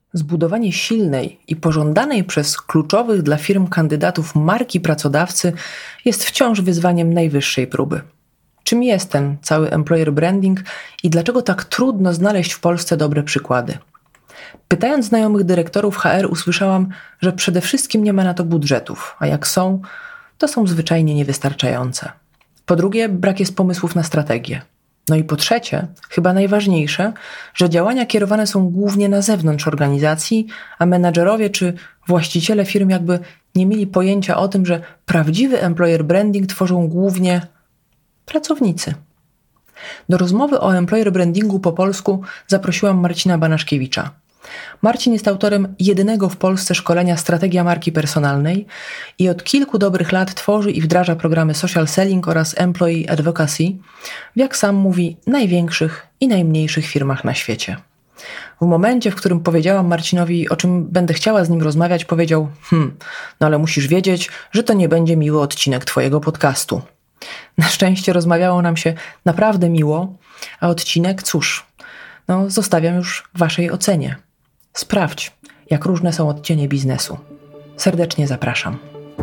Zbudowanie silnej i pożądanej przez kluczowych dla firm kandydatów marki pracodawcy jest wciąż wyzwaniem najwyższej próby. Czym jest ten cały employer branding i dlaczego tak trudno znaleźć w Polsce dobre przykłady? Pytając znajomych dyrektorów HR usłyszałam, że przede wszystkim nie ma na to budżetów, a jak są, to są zwyczajnie niewystarczające. Po drugie, brak jest pomysłów na strategię. No i po trzecie, chyba najważniejsze, że działania kierowane są głównie na zewnątrz organizacji, a menadżerowie czy właściciele firm jakby nie mieli pojęcia o tym, że prawdziwy employer branding tworzą głównie pracownicy. Do rozmowy o employer brandingu po polsku zaprosiłam Marcina Banaszkiewicza. Marcin jest autorem jedynego w Polsce szkolenia Strategia marki personalnej i od kilku dobrych lat tworzy i wdraża programy social selling oraz employee advocacy w, jak sam mówi, największych i najmniejszych firmach na świecie. W momencie, w którym powiedziałam Marcinowi, o czym będę chciała z nim rozmawiać, powiedział: no ale musisz wiedzieć, że to nie będzie miły odcinek twojego podcastu. Na szczęście rozmawiało nam się naprawdę miło, a odcinek, cóż, zostawiam już waszej ocenie. Sprawdź, jak różne są odcienie biznesu. Serdecznie zapraszam.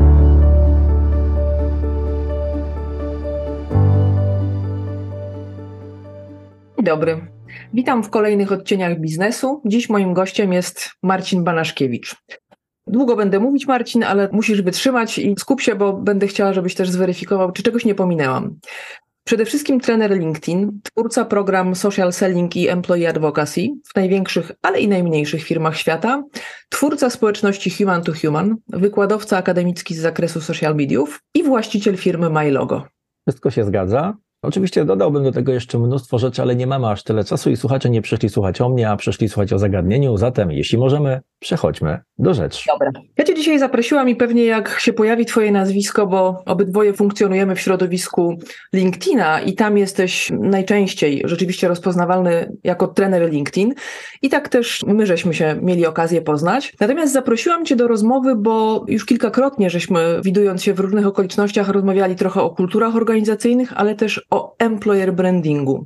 Dzień dobry. Witam w kolejnych odcieniach biznesu. Dziś moim gościem jest Marcin Banaszkiewicz. Długo będę mówić, Marcin, ale musisz wytrzymać i skup się, bo będę chciała, żebyś też zweryfikował, czy czegoś nie pominęłam. Przede wszystkim trener LinkedIn, twórca program Social Selling i Employee Advocacy w największych, ale i najmniejszych firmach świata, twórca społeczności Human to Human, wykładowca akademicki z zakresu social mediów i właściciel firmy MyLogo. Wszystko się zgadza. Oczywiście dodałbym do tego jeszcze mnóstwo rzeczy, ale nie mamy aż tyle czasu i słuchacze nie przyszli słuchać o mnie, a przyszli słuchać o zagadnieniu. Zatem, jeśli możemy, przechodźmy do rzeczy. Dobra. Ja Cię dzisiaj zaprosiłam i pewnie jak się pojawi Twoje nazwisko, bo obydwoje funkcjonujemy w środowisku LinkedIna i tam jesteś najczęściej rzeczywiście rozpoznawalny jako trener LinkedIn i tak też my żeśmy się mieli okazję poznać. Natomiast zaprosiłam Cię do rozmowy, bo już kilkakrotnie żeśmy, widując się w różnych okolicznościach, rozmawiali trochę o kulturach organizacyjnych, ale też o employer brandingu.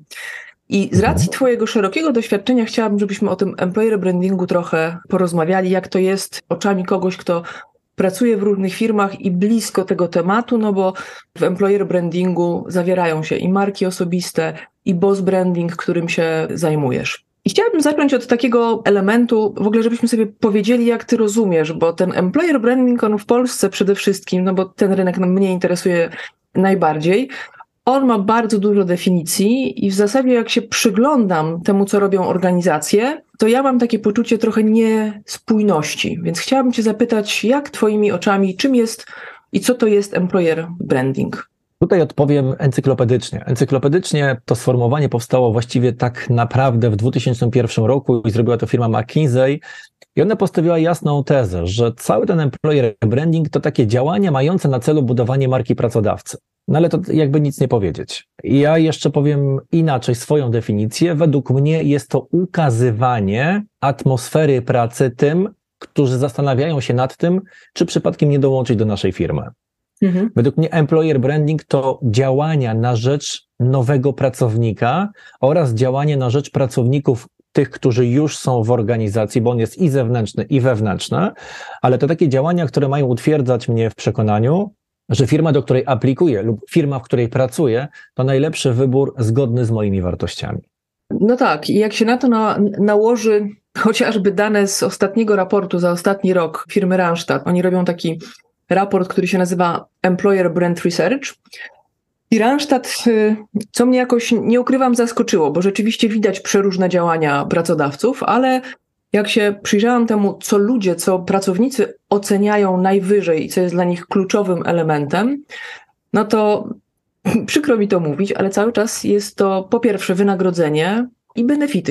I z racji Twojego szerokiego doświadczenia chciałabym, żebyśmy o tym employer brandingu trochę porozmawiali, jak to jest oczami kogoś, kto pracuje w różnych firmach i blisko tego tematu, no bo w employer brandingu zawierają się i marki osobiste, i boss branding, którym się zajmujesz. I chciałabym zacząć od takiego elementu, w ogóle żebyśmy sobie powiedzieli, jak Ty rozumiesz, bo ten employer branding, on w Polsce przede wszystkim, no bo ten rynek mnie interesuje najbardziej, on ma bardzo dużo definicji i w zasadzie jak się przyglądam temu, co robią organizacje, to ja mam takie poczucie trochę niespójności. Więc chciałabym Cię zapytać, jak Twoimi oczami, czym jest i co to jest employer branding? Tutaj odpowiem encyklopedycznie. Encyklopedycznie to sformułowanie powstało właściwie tak naprawdę w 2001 roku i zrobiła to firma McKinsey. I ona postawiła jasną tezę, że cały ten employer branding to takie działania mające na celu budowanie marki pracodawcy. No ale to jakby nic nie powiedzieć. Ja jeszcze powiem inaczej swoją definicję. Według mnie jest to ukazywanie atmosfery pracy tym, którzy zastanawiają się nad tym, czy przypadkiem nie dołączyć do naszej firmy. Według mnie employer branding to działania na rzecz nowego pracownika oraz działanie na rzecz pracowników tych, którzy już są w organizacji, bo on jest i zewnętrzny, i wewnętrzny, ale to takie działania, które mają utwierdzać mnie w przekonaniu, że firma, do której aplikuję lub firma, w której pracuję, to najlepszy wybór zgodny z moimi wartościami. No tak, i jak się na to nałoży chociażby dane z ostatniego raportu za ostatni rok firmy Randstad, oni robią taki raport, który się nazywa Employer Brand Research. I Randstad, co mnie jakoś, nie ukrywam, zaskoczyło, bo rzeczywiście widać przeróżne działania pracodawców, ale jak się przyjrzałam temu, co pracownicy oceniają najwyżej i co jest dla nich kluczowym elementem, no to przykro mi to mówić, ale cały czas jest to po pierwsze wynagrodzenie i benefity.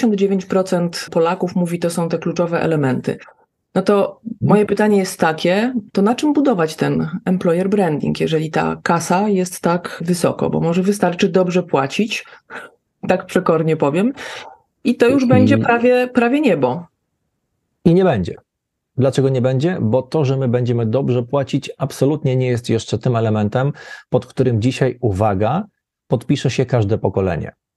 79% Polaków mówi, to są te kluczowe elementy. No to moje pytanie jest takie, to na czym budować ten employer branding, jeżeli ta kasa jest tak wysoko? Bo może wystarczy dobrze płacić, tak przekornie powiem, i to już będzie prawie niebo. I nie będzie. Dlaczego nie będzie? Bo to, że my będziemy dobrze płacić, absolutnie nie jest jeszcze tym elementem, pod którym dzisiaj, uwaga, podpisze się każde pokolenie.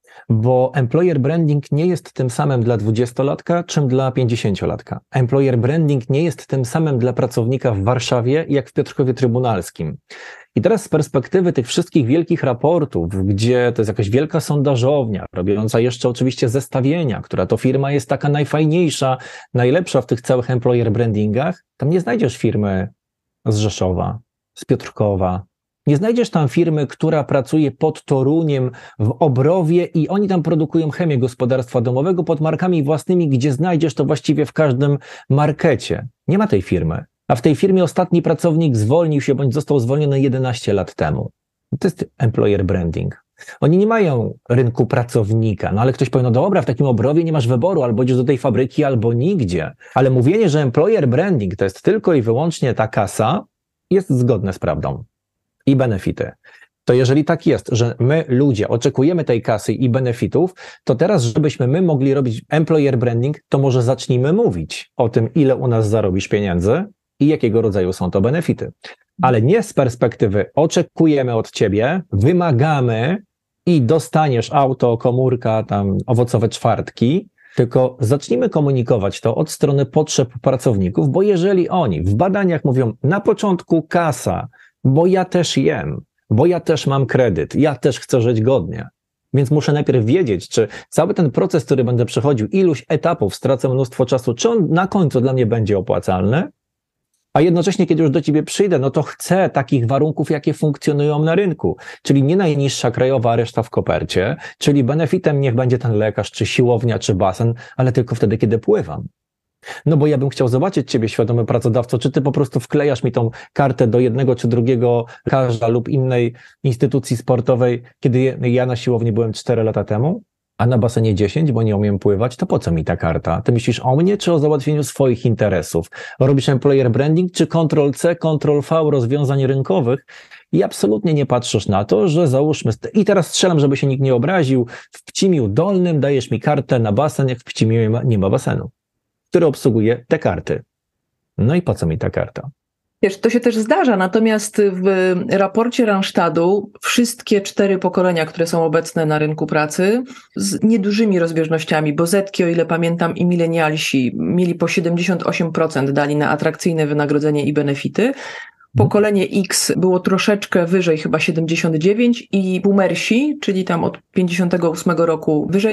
Bo employer branding nie jest tym samym dla 20-latka, czym dla 50-latka. Employer branding nie jest tym samym dla pracownika w Warszawie, jak w Piotrkowie Trybunalskim. I teraz z perspektywy tych wszystkich wielkich raportów, gdzie to jest jakaś wielka sondażownia, robiąca jeszcze oczywiście zestawienia, która to firma jest taka najfajniejsza, najlepsza w tych całych employer brandingach, tam nie znajdziesz firmy z Rzeszowa, z Piotrkowa. Nie znajdziesz tam firmy, która pracuje pod Toruniem w Obrowie i oni tam produkują chemię gospodarstwa domowego pod markami własnymi, gdzie znajdziesz to właściwie w każdym markecie. Nie ma tej firmy. A w tej firmie ostatni pracownik zwolnił się bądź został zwolniony 11 lat temu. To jest employer branding. Oni nie mają rynku pracownika, no ale ktoś powie, no dobra, w takim Obrowie nie masz wyboru, albo idziesz do tej fabryki, albo nigdzie. Ale mówienie, że employer branding to jest tylko i wyłącznie ta kasa, jest zgodne z prawdą. I benefity. To jeżeli tak jest, że my ludzie oczekujemy tej kasy i benefitów, to teraz, żebyśmy my mogli robić employer branding, to może zacznijmy mówić o tym, ile u nas zarobisz pieniędzy i jakiego rodzaju są to benefity. Ale nie z perspektywy oczekujemy od ciebie, wymagamy i dostaniesz auto, komórka, tam owocowe czwartki, tylko zacznijmy komunikować to od strony potrzeb pracowników, bo jeżeli oni w badaniach mówią na początku kasa, bo ja też jem, bo ja też mam kredyt, ja też chcę żyć godnie. Więc muszę najpierw wiedzieć, czy cały ten proces, który będę przechodził, iluś etapów, stracę mnóstwo czasu, czy on na końcu dla mnie będzie opłacalny, a jednocześnie, kiedy już do ciebie przyjdę, no to chcę takich warunków, jakie funkcjonują na rynku, czyli nie najniższa krajowa, a reszta w kopercie, czyli benefitem niech będzie ten lekarz, czy siłownia, czy basen, ale tylko wtedy, kiedy pływam. No bo ja bym chciał zobaczyć ciebie, świadomy pracodawco, czy ty po prostu wklejasz mi tą kartę do jednego czy drugiego lekarza lub innej instytucji sportowej, kiedy ja na siłowni byłem 4 lata temu, a na basenie 10, bo nie umiem pływać, to po co mi ta karta? Ty myślisz o mnie, czy o załatwieniu swoich interesów? Robisz employer branding, czy Ctrl-C, Ctrl-V rozwiązań rynkowych i absolutnie nie patrzysz na to, że załóżmy, i teraz strzelam, żeby się nikt nie obraził, w Pcimiu Dolnym dajesz mi kartę na basen, jak w Pcimiu nie ma basenu, który obsługuje te karty. No i po co mi ta karta? Wiesz, to się też zdarza, natomiast w raporcie Randstadu wszystkie 4 pokolenia, które są obecne na rynku pracy, z niedużymi rozbieżnościami, bo Zetki, o ile pamiętam, i milenialsi mieli po 78% dali na atrakcyjne wynagrodzenie i benefity. Pokolenie X było troszeczkę wyżej, chyba 79, i boomersi, czyli tam od 58 roku wyżej,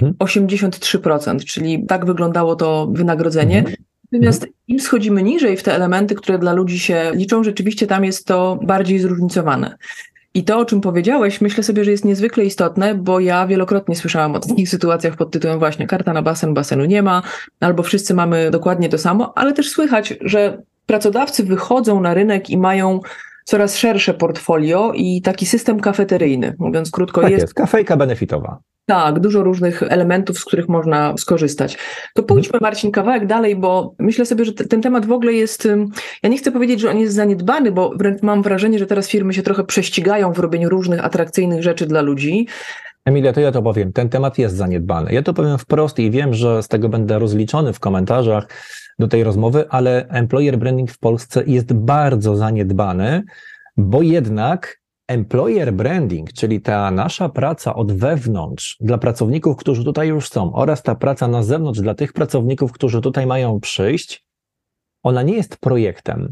83%, czyli tak wyglądało to wynagrodzenie. Natomiast im schodzimy niżej w te elementy, które dla ludzi się liczą, rzeczywiście tam jest to bardziej zróżnicowane. I to, o czym powiedziałeś, myślę sobie, że jest niezwykle istotne, bo ja wielokrotnie słyszałam o takich sytuacjach pod tytułem właśnie karta na basen, basenu nie ma, albo wszyscy mamy dokładnie to samo, ale też słychać, że pracodawcy wychodzą na rynek i mają coraz szersze portfolio i taki system kafeteryjny, mówiąc krótko. Tak jest, kafejka benefitowa. Tak, dużo różnych elementów, z których można skorzystać. To pójdźmy, Marcin, kawałek dalej, bo myślę sobie, że ten temat w ogóle jest, ja nie chcę powiedzieć, że on jest zaniedbany, bo wręcz mam wrażenie, że teraz firmy się trochę prześcigają w robieniu różnych atrakcyjnych rzeczy dla ludzi. Emilia, to ja to powiem, ten temat jest zaniedbany. Ja to powiem wprost i wiem, że z tego będę rozliczony w komentarzach do tej rozmowy, ale employer branding w Polsce jest bardzo zaniedbany, bo jednak employer branding, czyli ta nasza praca od wewnątrz dla pracowników, którzy tutaj już są, oraz ta praca na zewnątrz dla tych pracowników, którzy tutaj mają przyjść, ona nie jest projektem.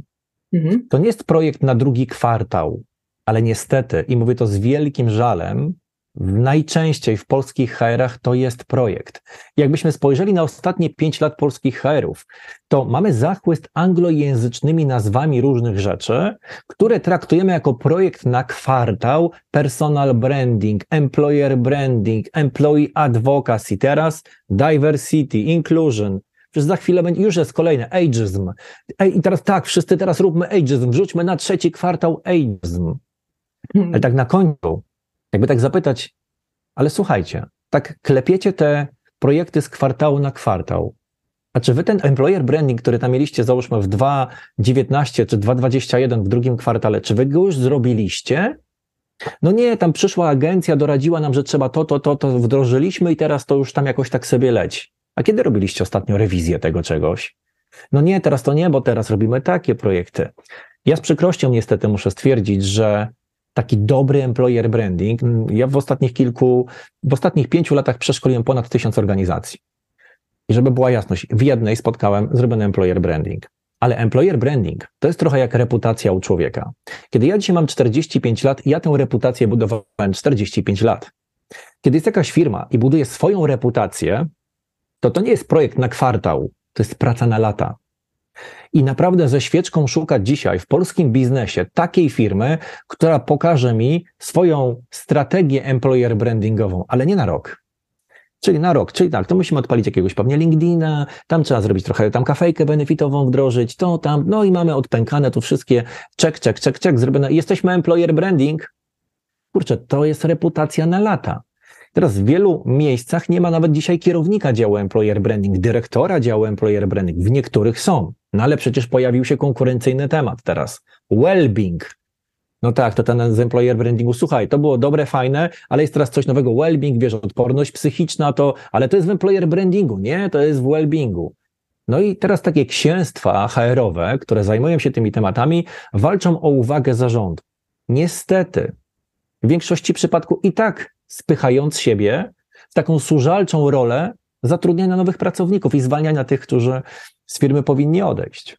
To nie jest projekt na drugi kwartał, ale niestety, i mówię to z wielkim żalem, najczęściej w polskich HR-ach to jest projekt. Jakbyśmy spojrzeli na ostatnie 5 lat polskich HR-ów, to mamy zachłyst anglojęzycznymi nazwami różnych rzeczy, które traktujemy jako projekt na kwartał, personal branding, employer branding, employee advocacy, teraz diversity, inclusion. Przecież za chwilę będzie, już jest kolejny ageism. I teraz tak, wszyscy teraz róbmy ageism, wrzućmy na 3. kwartał ageism. Ale tak na końcu, jakby tak zapytać, ale słuchajcie, tak klepiecie te projekty z kwartału na kwartał, a czy wy ten employer branding, który tam mieliście, załóżmy w 2019 czy 2021 w 2. kwartale, czy wy go już zrobiliście? No nie, tam przyszła agencja, doradziła nam, że trzeba to wdrożyliśmy i teraz to już tam jakoś tak sobie leci. A kiedy robiliście ostatnio rewizję tego czegoś? No nie, teraz to nie, bo teraz robimy takie projekty. Ja z przykrością niestety muszę stwierdzić, że taki dobry employer branding. Ja w ostatnich 5 latach przeszkoliłem ponad 1000 organizacji. I żeby była jasność, w jednej spotkałem zrobiony employer branding. Ale employer branding to jest trochę jak reputacja u człowieka. Kiedy ja dzisiaj mam 45 lat, ja tę reputację budowałem 45 lat. Kiedy jest jakaś firma i buduje swoją reputację, to nie jest projekt na kwartał, to jest praca na lata. I naprawdę ze świeczką szukać dzisiaj w polskim biznesie takiej firmy, która pokaże mi swoją strategię employer brandingową, ale nie na rok. Czyli na rok, czyli tak, to musimy odpalić jakiegoś pewnie LinkedIna, tam trzeba zrobić trochę tam kafejkę benefitową wdrożyć, to tam, no i mamy odpękane tu wszystkie, check, zrobione. Jesteśmy employer branding. Kurczę, to jest reputacja na lata. Teraz w wielu miejscach nie ma nawet dzisiaj kierownika działu employer branding, dyrektora działu employer branding. W niektórych są, no ale przecież pojawił się konkurencyjny temat teraz. Well-being. No tak, to ten z employer brandingu, słuchaj, to było dobre, fajne, ale jest teraz coś nowego, well-being, wiesz, odporność psychiczna, ale to jest w employer brandingu, nie? To jest w well-beingu. No i teraz takie księstwa HR-owe, które zajmują się tymi tematami, walczą o uwagę zarządu. Niestety, w większości przypadków i tak spychając siebie w taką służalczą rolę zatrudniania nowych pracowników i zwalniania tych, którzy z firmy powinni odejść.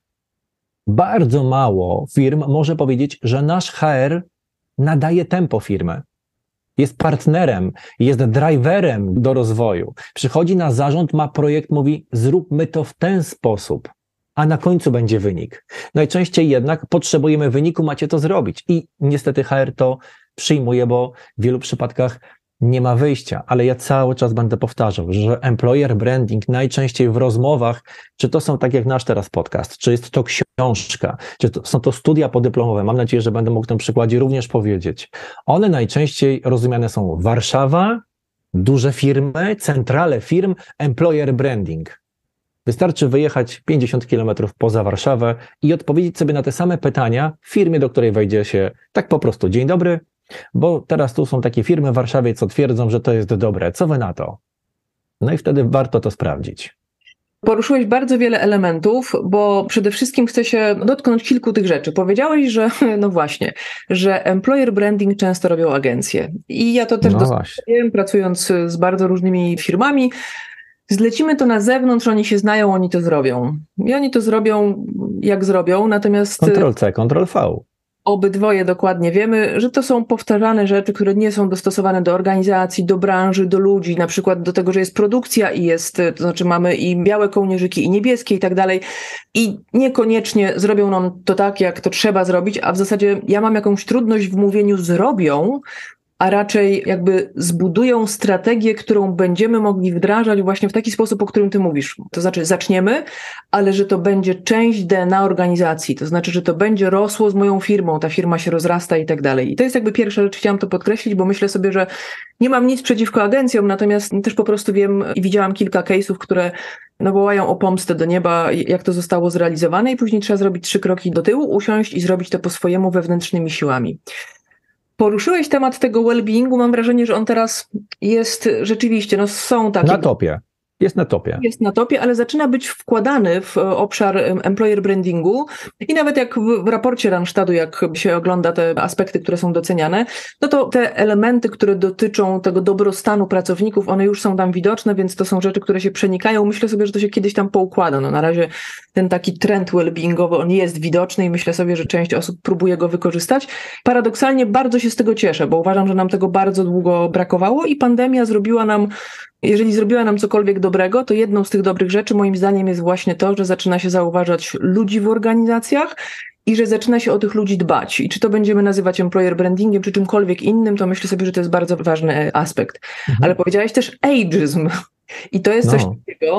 Bardzo mało firm może powiedzieć, że nasz HR nadaje tempo firmy. Jest partnerem, jest driverem do rozwoju. Przychodzi na zarząd, ma projekt, mówi zróbmy to w ten sposób, a na końcu będzie wynik. Najczęściej jednak potrzebujemy wyniku, macie to zrobić. I niestety HR to przyjmuje, bo w wielu przypadkach nie ma wyjścia, ale ja cały czas będę powtarzał, że employer branding najczęściej w rozmowach, czy to są tak jak nasz teraz podcast, czy jest to książka, czy są to studia podyplomowe, mam nadzieję, że będę mógł w tym przykładzie również powiedzieć. One najczęściej rozumiane są Warszawa, duże firmy, centrale firm, employer branding. Wystarczy wyjechać 50 kilometrów poza Warszawę i odpowiedzieć sobie na te same pytania w firmie, do której wejdzie się tak po prostu. Dzień dobry, bo teraz tu są takie firmy w Warszawie, co twierdzą, że to jest dobre. Co wy na to? No i wtedy warto to sprawdzić. Poruszyłeś bardzo wiele elementów, bo przede wszystkim chcę się dotknąć kilku tych rzeczy. Powiedziałeś, że no właśnie, że employer branding często robią agencje. I ja to też wiem, pracując z bardzo różnymi firmami. Zlecimy to na zewnątrz, oni się znają, oni to zrobią. I oni to zrobią, jak zrobią, natomiast... Ctrl-C, Ctrl-V. Obydwoje dokładnie wiemy, że to są powtarzane rzeczy, które nie są dostosowane do organizacji, do branży, do ludzi, na przykład do tego, że jest produkcja i jest, to znaczy mamy i białe kołnierzyki, i niebieskie i tak dalej. I niekoniecznie zrobią nam to tak, jak to trzeba zrobić, a w zasadzie ja mam jakąś trudność w mówieniu zrobią, a raczej jakby zbudują strategię, którą będziemy mogli wdrażać właśnie w taki sposób, o którym ty mówisz. To znaczy zaczniemy, ale że to będzie część DNA organizacji, to znaczy, że to będzie rosło z moją firmą, ta firma się rozrasta i tak dalej. I to jest jakby pierwsza rzecz, chciałam to podkreślić, bo myślę sobie, że nie mam nic przeciwko agencjom, natomiast też po prostu wiem i widziałam kilka case'ów, które wołają o pomstę do nieba, jak to zostało zrealizowane i później trzeba zrobić 3 kroki do tyłu, usiąść i zrobić to po swojemu wewnętrznymi siłami. Poruszyłeś temat tego well-beingu, mam wrażenie, że on teraz jest rzeczywiście, no są takie... Na topie. Jest na topie. Jest na topie, ale zaczyna być wkładany w obszar employer brandingu i nawet jak w raporcie Randstadu, jak się ogląda te aspekty, które są doceniane, no to te elementy, które dotyczą tego dobrostanu pracowników, one już są tam widoczne, więc to są rzeczy, które się przenikają. Myślę sobie, że to się kiedyś tam poukłada. No na razie ten taki trend well-beingowy, on jest widoczny i myślę sobie, że część osób próbuje go wykorzystać. Paradoksalnie bardzo się z tego cieszę, bo uważam, że nam tego bardzo długo brakowało i pandemia zrobiła nam, jeżeli zrobiła nam cokolwiek dobrego, to jedną z tych dobrych rzeczy moim zdaniem jest właśnie to, że zaczyna się zauważać ludzi w organizacjach i że zaczyna się o tych ludzi dbać. I czy to będziemy nazywać employer brandingiem, czy czymkolwiek innym, to myślę sobie, że to jest bardzo ważny aspekt. Ale powiedziałeś też ageism. I to jest coś takiego,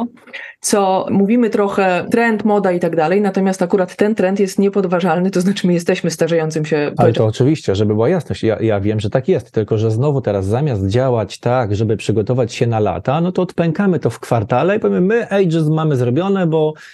co mówimy trochę trend, moda i tak dalej, natomiast akurat ten trend jest niepodważalny, to znaczy my jesteśmy starzejącym się... Ale to oczywiście, żeby była jasność, ja wiem, że tak jest, tylko że znowu teraz zamiast działać tak, żeby przygotować się na lata, no to odpękamy to w kwartale i powiemy, my ageism mamy zrobione, bo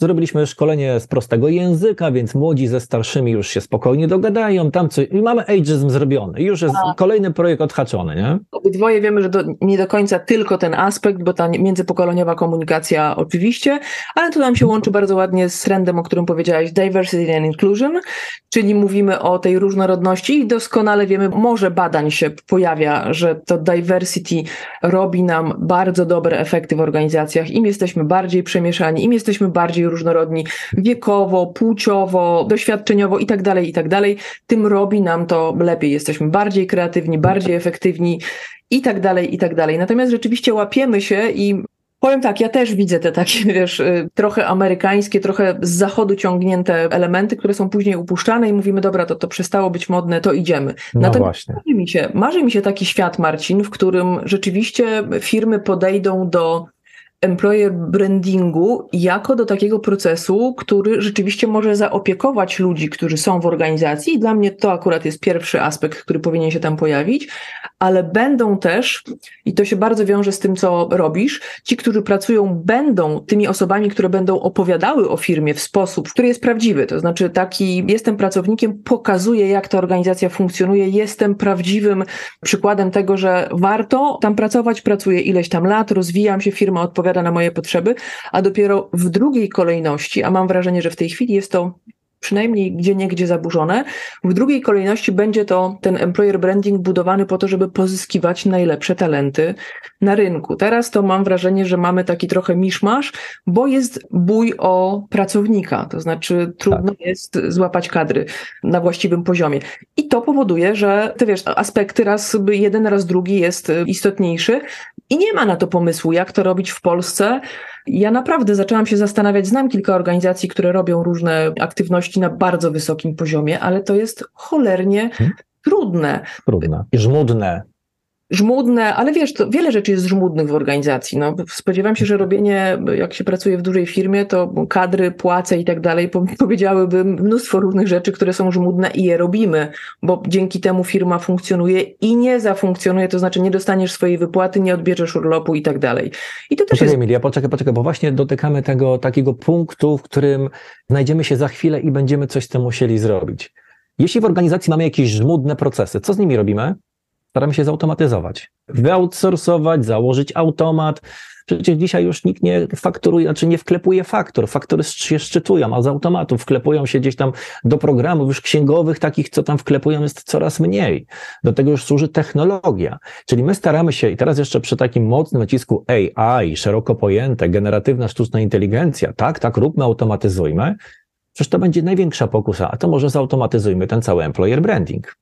Zrobiliśmy szkolenie z prostego języka, więc młodzi ze starszymi już się spokojnie dogadają, tam coś, i mamy ageism zrobiony, już jest kolejny projekt odhaczony, nie? Obydwoje wiemy, że to nie do końca tylko ten aspekt, bo ta międzypokoleniowa komunikacja oczywiście, ale to nam się łączy bardzo ładnie z trendem, o którym powiedziałaś, diversity and inclusion, czyli mówimy o tej różnorodności i doskonale wiemy, może badań się pojawia, że to diversity robi nam bardzo dobre efekty w organizacjach. Im jesteśmy bardziej przemieszani, im jesteśmy bardziej różnorodni wiekowo, płciowo, doświadczeniowo i tak dalej, tym robi nam to lepiej. Jesteśmy bardziej kreatywni, bardziej efektywni i tak dalej. Natomiast rzeczywiście łapiemy się i powiem tak, ja też widzę te takie, wiesz, trochę amerykańskie, trochę z zachodu ciągnięte elementy, które są później upuszczane i mówimy, dobra, to przestało być modne, to idziemy. No Natomiast właśnie. marzy mi się taki świat, Marcin, w którym rzeczywiście firmy podejdą do employer brandingu jako do takiego procesu, który rzeczywiście może zaopiekować ludzi, którzy są w organizacji i dla mnie to akurat jest pierwszy aspekt, który powinien się tam pojawić, ale będą też, i to się bardzo wiąże z tym, co robisz, ci, którzy pracują, będą tymi osobami, które będą opowiadały o firmie w sposób, który jest prawdziwy, to znaczy taki, jestem pracownikiem, pokazuję, jak ta organizacja funkcjonuje, jestem prawdziwym przykładem tego, że warto tam pracować, pracuję ileś tam lat, rozwijam się, firma odpowiada na moje potrzeby, a dopiero w drugiej kolejności, a mam wrażenie, że w tej chwili jest to przynajmniej gdzieniegdzie zaburzone, w drugiej kolejności będzie to ten employer branding budowany po to, żeby pozyskiwać najlepsze talenty na rynku. Teraz to mam wrażenie, że mamy taki trochę miszmasz, bo jest bój o pracownika, to znaczy trudno jest złapać kadry na właściwym poziomie. I to powoduje, że te wiesz, aspekty raz jeden, raz drugi jest istotniejszy i nie ma na to pomysłu, jak to robić w Polsce. Ja naprawdę zaczęłam się zastanawiać, znam kilka organizacji, które robią różne aktywności na bardzo wysokim poziomie, ale to jest cholernie trudne. Trudne i żmudne. Żmudne, ale wiesz, to wiele rzeczy jest żmudnych w organizacji. No, spodziewam się, że robienie, jak się pracuje w dużej firmie, to kadry, płace i tak dalej, powiedziałyby mnóstwo różnych rzeczy, które są żmudne i je robimy, bo dzięki temu firma funkcjonuje i nie zafunkcjonuje, to znaczy nie dostaniesz swojej wypłaty, nie odbierzesz urlopu i tak dalej. I to też Poczekaj, Emilia, poczekaj, bo właśnie dotykamy tego takiego punktu, w którym znajdziemy się za chwilę i będziemy coś z tym musieli zrobić. Jeśli w organizacji mamy jakieś żmudne procesy, co z nimi robimy? Staramy się zautomatyzować, wyoutsourcować, założyć automat. Przecież dzisiaj już nikt nie fakturuje, znaczy nie wklepuje faktur. Faktury się szczytują, a z automatów wklepują się gdzieś tam do programów już księgowych, takich, co tam wklepują, jest coraz mniej. Do tego już służy technologia. Czyli my staramy się, i teraz jeszcze przy takim mocnym nacisku AI, szeroko pojęte, generatywna sztuczna inteligencja, tak, róbmy, automatyzujmy. Przecież to będzie największa pokusa, a to może zautomatyzujmy ten cały employer branding.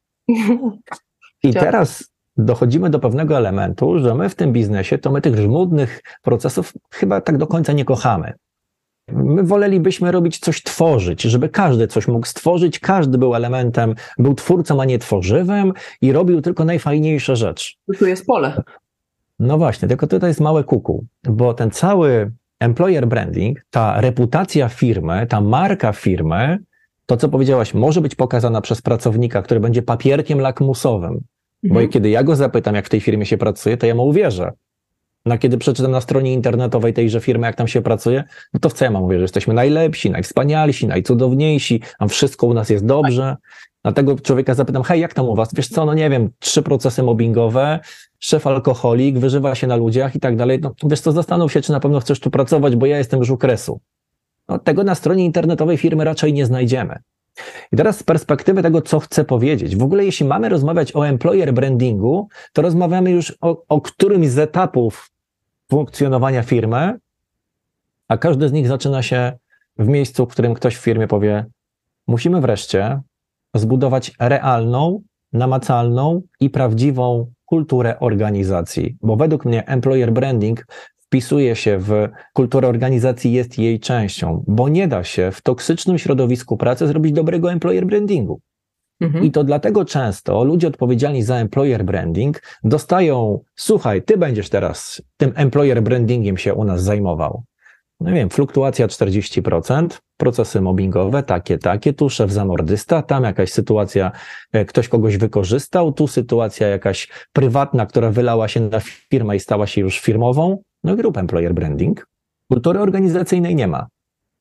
I teraz dochodzimy do pewnego elementu, że my w tym biznesie, to my tych żmudnych procesów chyba tak do końca nie kochamy. My wolelibyśmy robić coś, tworzyć, żeby każdy coś mógł stworzyć, każdy był elementem, był twórcą, a nie tworzywem i robił tylko najfajniejsze rzeczy. Tu jest pole. No właśnie, tylko tutaj jest małe kuku, bo ten cały employer branding, ta reputacja firmy, ta marka firmy, to co powiedziałaś, może być pokazana przez pracownika, który będzie papierkiem lakmusowym. Bo kiedy ja go zapytam, jak w tej firmie się pracuje, to ja mu uwierzę. No kiedy przeczytam na stronie internetowej tejże firmy, jak tam się pracuje, no to w co ja mam mówić, że jesteśmy najlepsi, najwspanialsi, najcudowniejsi, tam wszystko u nas jest dobrze. Dlatego człowieka zapytam, hej, jak tam u was? Wiesz co, no nie wiem, 3 procesy mobbingowe, szef alkoholik, wyżywa się na ludziach i tak dalej. No wiesz co, zastanów się, czy na pewno chcesz tu pracować, bo ja jestem już u kresu. No tego na stronie internetowej firmy raczej nie znajdziemy. I teraz z perspektywy tego, co chcę powiedzieć, w ogóle jeśli mamy rozmawiać o employer brandingu, to rozmawiamy już o którymś z etapów funkcjonowania firmy, a każdy z nich zaczyna się w miejscu, w którym ktoś w firmie powie, musimy wreszcie zbudować realną, namacalną i prawdziwą kulturę organizacji, bo według mnie employer branding wpisuje się w kulturę organizacji, jest jej częścią, bo nie da się w toksycznym środowisku pracy zrobić dobrego employer brandingu. I to dlatego często ludzie odpowiedzialni za employer branding dostają, słuchaj, ty będziesz teraz tym employer brandingiem się u nas zajmował. No nie wiem, fluktuacja 40%, procesy mobbingowe, takie, tu szef zamordysta, tam jakaś sytuacja, ktoś kogoś wykorzystał, tu sytuacja jakaś prywatna, która wylała się na firmę i stała się już firmową. No i rób employer branding. Kultury organizacyjnej nie ma.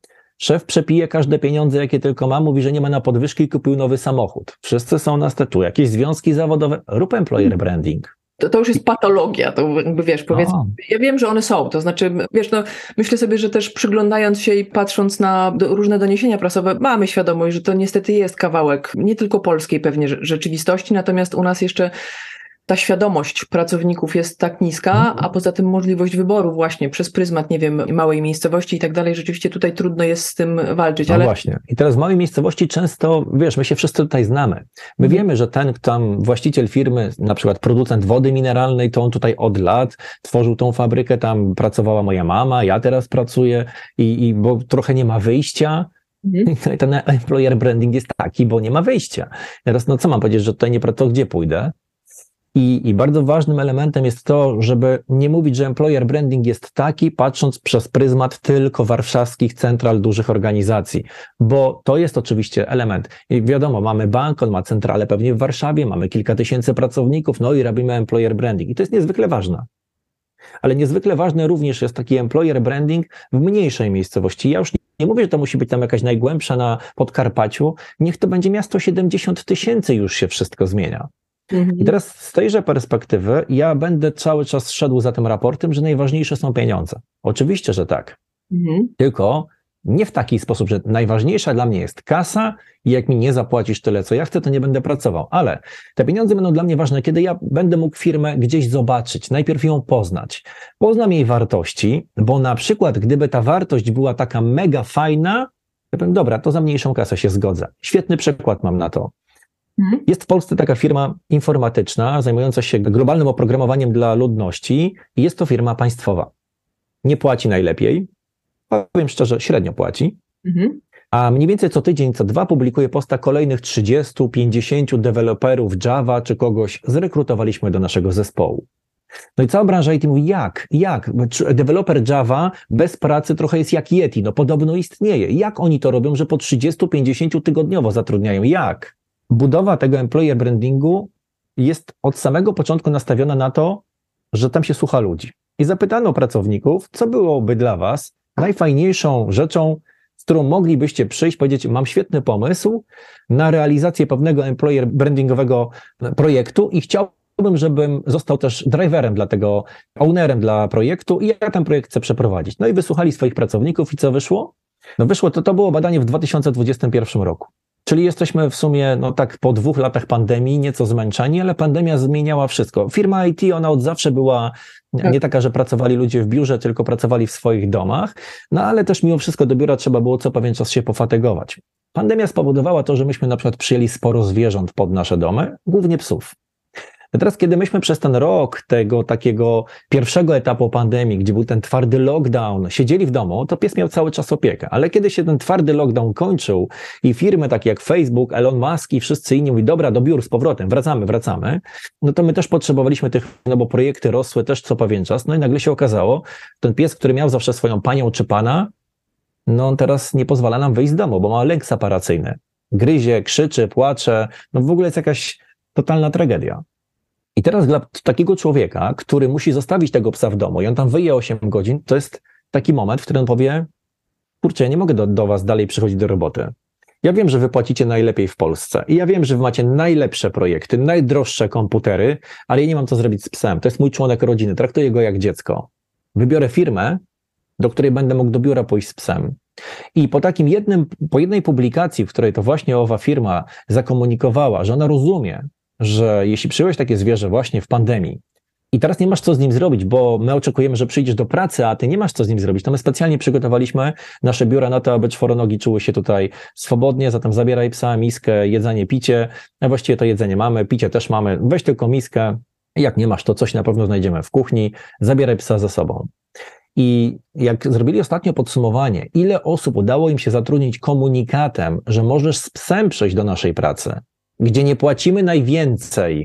Szef przepije każde pieniądze, jakie tylko ma, mówi, że nie ma na podwyżki i kupił nowy samochód. Wszyscy są na stytu, jakieś związki zawodowe, rób employer branding. To już jest patologia, to jakby wiesz, powiedzmy, ja wiem, że one są, to znaczy, wiesz, no myślę sobie, że też przyglądając się i patrząc na różne doniesienia prasowe, mamy świadomość, że to niestety jest kawałek nie tylko polskiej pewnie rzeczywistości, natomiast u nas jeszcze ta świadomość pracowników jest tak niska, a poza tym możliwość wyboru właśnie przez pryzmat, nie wiem, małej miejscowości i tak dalej, rzeczywiście tutaj trudno jest z tym walczyć. No właśnie. I teraz w małej miejscowości często, wiesz, my się wszyscy tutaj znamy. My wiemy, że ten tam właściciel firmy, na przykład producent wody mineralnej, to on tutaj od lat tworzył tą fabrykę, tam pracowała moja mama, ja teraz pracuję i bo trochę nie ma wyjścia. I ten employer branding jest taki, bo nie ma wyjścia. Teraz, no co mam powiedzieć, że tutaj nie pracuję, gdzie pójdę? I bardzo ważnym elementem jest to, żeby nie mówić, że employer branding jest taki, patrząc przez pryzmat tylko warszawskich central dużych organizacji, bo to jest oczywiście element. I wiadomo, mamy bank, on ma centralę pewnie w Warszawie, mamy kilka tysięcy pracowników, no i robimy employer branding. I to jest niezwykle ważne. Ale niezwykle ważny również jest taki employer branding w mniejszej miejscowości. Ja już nie mówię, że to musi być tam jakaś najgłębsza na Podkarpaciu. Niech to będzie miasto 70 000, już się wszystko zmienia. I teraz z tejże perspektywy ja będę cały czas szedł za tym raportem, że najważniejsze są pieniądze. Oczywiście, że tak. Tylko nie w taki sposób, że najważniejsza dla mnie jest kasa i jak mi nie zapłacisz tyle, co ja chcę, to nie będę pracował. Ale te pieniądze będą dla mnie ważne, kiedy ja będę mógł firmę gdzieś zobaczyć, najpierw ją poznać. Poznam jej wartości, bo na przykład gdyby ta wartość była taka mega fajna, ja powiem, dobra, to za mniejszą kasę się zgodzę. Świetny przykład mam na to. Jest w Polsce taka firma informatyczna zajmująca się globalnym oprogramowaniem dla ludności i jest to firma państwowa. Nie płaci najlepiej, powiem szczerze, średnio płaci, a mniej więcej co tydzień, co dwa publikuje posta kolejnych 30, 50 deweloperów Java czy kogoś zrekrutowaliśmy do naszego zespołu. No i cała branża IT mówi, jak? Deweloper Java bez pracy trochę jest jak Yeti, no podobno istnieje. Jak oni to robią, że po 30-50 tygodniowo zatrudniają? Jak? Budowa tego employer brandingu jest od samego początku nastawiona na to, że tam się słucha ludzi. I zapytano pracowników, co byłoby dla was najfajniejszą rzeczą, z którą moglibyście przyjść, powiedzieć, mam świetny pomysł na realizację pewnego employer brandingowego projektu i chciałbym, żebym został też driverem dla tego, ownerem dla projektu i ja ten projekt chcę przeprowadzić. No i wysłuchali swoich pracowników i co wyszło? No wyszło, to było badanie w 2021 roku. Czyli jesteśmy w sumie, no tak po 2 latach pandemii, nieco zmęczeni, ale pandemia zmieniała wszystko. Firma IT, ona od zawsze była nie taka, że pracowali ludzie w biurze, tylko pracowali w swoich domach, no ale też mimo wszystko do biura trzeba było co pewien czas się pofatygować. Pandemia spowodowała to, że myśmy na przykład przyjęli sporo zwierząt pod nasze domy, głównie psów. A teraz, kiedy myśmy przez ten rok tego takiego pierwszego etapu pandemii, gdzie był ten twardy lockdown, siedzieli w domu, to pies miał cały czas opiekę. Ale kiedy się ten twardy lockdown kończył i firmy takie jak Facebook, Elon Musk i wszyscy inni mówili, dobra, do biur z powrotem, wracamy, no to my też potrzebowaliśmy tych, no bo projekty rosły też co pewien czas, no i nagle się okazało, ten pies, który miał zawsze swoją panią czy pana, no on teraz nie pozwala nam wyjść z domu, bo ma lęk separacyjny. Gryzie, krzyczy, płacze, no w ogóle jest jakaś totalna tragedia. I teraz dla takiego człowieka, który musi zostawić tego psa w domu i on tam wyje 8 godzin, to jest taki moment, w którym on powie, kurczę, ja nie mogę do was dalej przychodzić do roboty. Ja wiem, że wy płacicie najlepiej w Polsce i ja wiem, że wy macie najlepsze projekty, najdroższe komputery, ale ja nie mam co zrobić z psem. To jest mój członek rodziny, traktuję go jak dziecko. Wybiorę firmę, do której będę mógł do biura pójść z psem. I po jednej publikacji, w której to właśnie owa firma zakomunikowała, że ona rozumie, że jeśli przyjąłeś takie zwierzę właśnie w pandemii i teraz nie masz co z nim zrobić, bo my oczekujemy, że przyjdziesz do pracy, a ty nie masz co z nim zrobić, to my specjalnie przygotowaliśmy nasze biura na to, aby czworonogi czuły się tutaj swobodnie, zatem zabieraj psa, miskę, jedzenie, picie, a właściwie to jedzenie mamy, picie też mamy, weź tylko miskę, jak nie masz, to coś na pewno znajdziemy w kuchni, zabieraj psa ze sobą. I jak zrobili ostatnio podsumowanie, ile osób udało im się zatrudnić komunikatem, że możesz z psem przyjść do naszej pracy, gdzie nie płacimy najwięcej,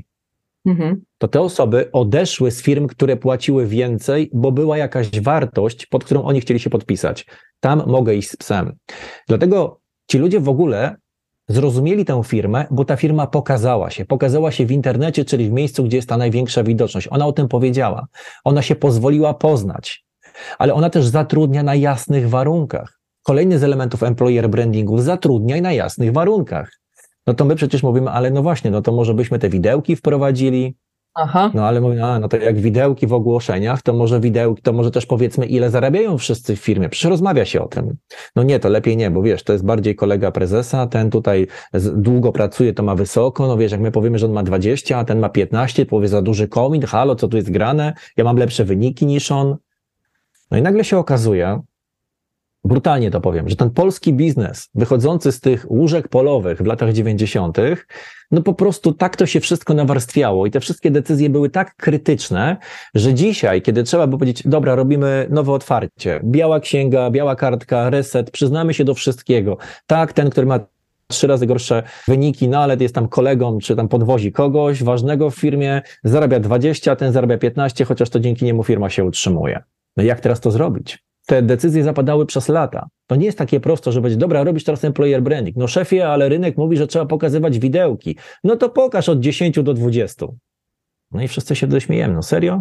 to te osoby odeszły z firm, które płaciły więcej, bo była jakaś wartość, pod którą oni chcieli się podpisać. Tam mogę iść z psem. Dlatego ci ludzie w ogóle zrozumieli tę firmę, bo ta firma pokazała się w internecie, czyli w miejscu, gdzie jest ta największa widoczność. Ona o tym powiedziała. Ona się pozwoliła poznać, ale ona też zatrudnia na jasnych warunkach. Kolejny z elementów employer brandingu: zatrudniaj na jasnych warunkach. No to my przecież mówimy, ale no właśnie, no to może byśmy te widełki wprowadzili. Aha. No ale mówię, no to jak widełki w ogłoszeniach, to może widełki, to może też powiedzmy, ile zarabiają wszyscy w firmie. Przecież rozmawia się o tym. No nie, to lepiej nie, bo wiesz, to jest bardziej kolega prezesa, ten tutaj długo pracuje, to ma wysoko, no wiesz, jak my powiemy, że on ma 20, a ten ma 15, powie za duży komit, halo, co tu jest grane, ja mam lepsze wyniki niż on. No i nagle się okazuje, brutalnie to powiem, że ten polski biznes wychodzący z tych łóżek polowych w latach 90., no po prostu tak to się wszystko nawarstwiało i te wszystkie decyzje były tak krytyczne, że dzisiaj, kiedy trzeba by powiedzieć, dobra, robimy nowe otwarcie, biała księga, biała kartka, reset, przyznamy się do wszystkiego. Tak, ten, który ma 3 razy gorsze wyniki, no ale jest tam kolegą, czy tam podwozi kogoś ważnego w firmie, zarabia 20, a ten zarabia 15, chociaż to dzięki niemu firma się utrzymuje. No jak teraz to zrobić? Te decyzje zapadały przez lata. To nie jest takie prosto, że będzie, dobra, robisz teraz employer branding. No szefie, ale rynek mówi, że trzeba pokazywać widełki. No to pokaż od 10 do 20. No i wszyscy się dośmiejemy. No serio?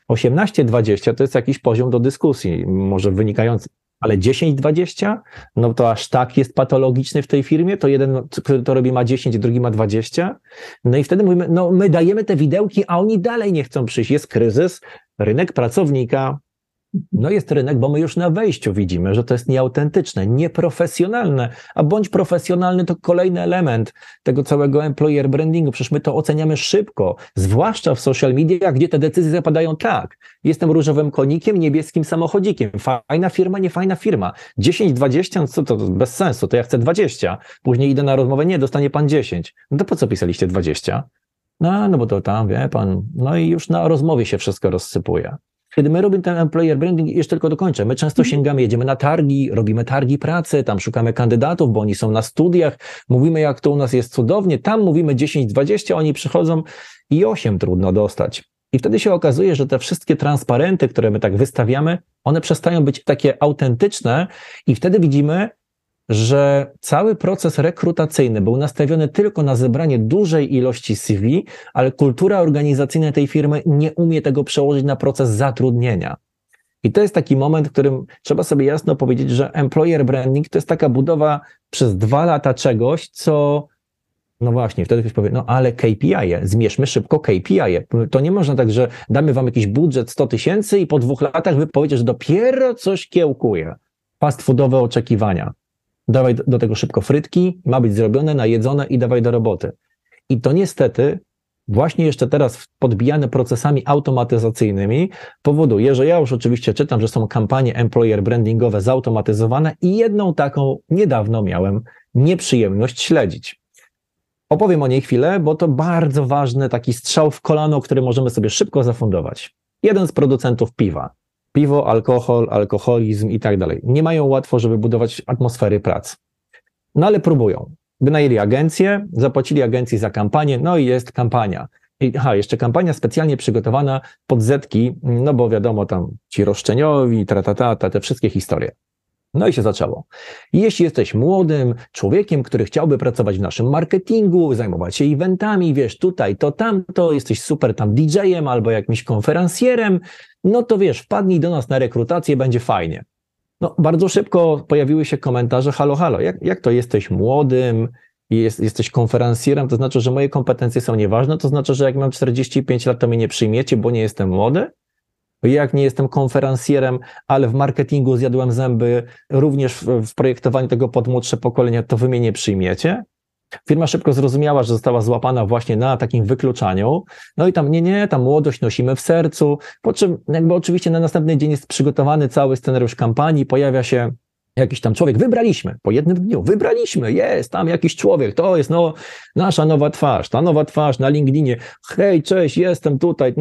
18-20 to jest jakiś poziom do dyskusji, może wynikający, ale 10-20? No to aż tak jest patologiczny w tej firmie? To jeden, który to robi, ma 10, drugi ma 20? No i wtedy mówimy, no my dajemy te widełki, a oni dalej nie chcą przyjść. Jest kryzys, rynek pracownika. No jest rynek, bo my już na wejściu widzimy, że to jest nieautentyczne, nieprofesjonalne, a bądź profesjonalny to kolejny element tego całego employer brandingu. Przecież my to oceniamy szybko, zwłaszcza w social mediach, gdzie te decyzje zapadają tak. Jestem różowym konikiem, niebieskim samochodzikiem. Fajna firma, nie fajna firma. 10-20, co to bez sensu, to ja chcę 20. Później idę na rozmowę, nie, dostanie pan 10. No to po co pisaliście 20? No bo to tam, wie pan, no i już na rozmowie się wszystko rozsypuje. Kiedy my robimy ten employer branding, jeszcze tylko dokończę, my często sięgamy, jedziemy na targi, robimy targi pracy, tam szukamy kandydatów, bo oni są na studiach, mówimy, jak to u nas jest cudownie, tam mówimy 10-20, oni przychodzą i 8 trudno dostać. I wtedy się okazuje, że te wszystkie transparenty, które my tak wystawiamy, one przestają być takie autentyczne i wtedy widzimy, że cały proces rekrutacyjny był nastawiony tylko na zebranie dużej ilości CV, ale kultura organizacyjna tej firmy nie umie tego przełożyć na proces zatrudnienia. I to jest taki moment, w którym trzeba sobie jasno powiedzieć, że employer branding to jest taka budowa przez 2 lata czegoś, co no właśnie, wtedy ktoś powie, no ale KPI, zmierzmy szybko KPI. To nie można tak, że damy wam jakiś budżet 100 000 i po 2 latach wy powiecie, że dopiero coś kiełkuje. Fast foodowe oczekiwania. Dawaj do tego szybko frytki, ma być zrobione, najedzone i dawaj do roboty. I to niestety właśnie jeszcze teraz podbijane procesami automatyzacyjnymi powoduje, że ja już oczywiście czytam, że są kampanie employer brandingowe zautomatyzowane i jedną taką niedawno miałem nieprzyjemność śledzić. Opowiem o niej chwilę, bo to bardzo ważny taki strzał w kolano, który możemy sobie szybko zafundować. Jeden z producentów piwa. Piwo, alkohol, alkoholizm i tak dalej. Nie mają łatwo, żeby budować atmosfery pracy. No ale próbują. Wynajęli agencję, zapłacili agencji za kampanię, no i jest kampania. I jeszcze kampania specjalnie przygotowana pod zetki, no bo wiadomo, tam ci roszczeniowi, te wszystkie historie. No i się zaczęło. Jeśli jesteś młodym człowiekiem, który chciałby pracować w naszym marketingu, zajmować się eventami, wiesz, tutaj, to tamto, jesteś super tam DJ-em albo jakimś konferencjerem, no to wiesz, wpadnij do nas na rekrutację, będzie fajnie. No bardzo szybko pojawiły się komentarze, halo, jak to jesteś młodym, jesteś konferencjerem, to znaczy, że moje kompetencje są nieważne, to znaczy, że jak mam 45 lat, to mnie nie przyjmiecie, bo nie jestem młody? Jak nie jestem konferencjerem, ale w marketingu zjadłem zęby, również w projektowaniu tego pod młodsze pokolenia, to wy mnie nie przyjmiecie? Firma szybko zrozumiała, że została złapana właśnie na takim wykluczaniu, no i tam ta młodość nosimy w sercu, po czym jakby oczywiście na następny dzień jest przygotowany cały scenariusz kampanii, pojawia się jakiś tam człowiek, wybraliśmy, po jednym dniu, jest tam jakiś człowiek, to jest nasza nowa twarz, ta nowa twarz na LinkedInie, hej, cześć, jestem tutaj,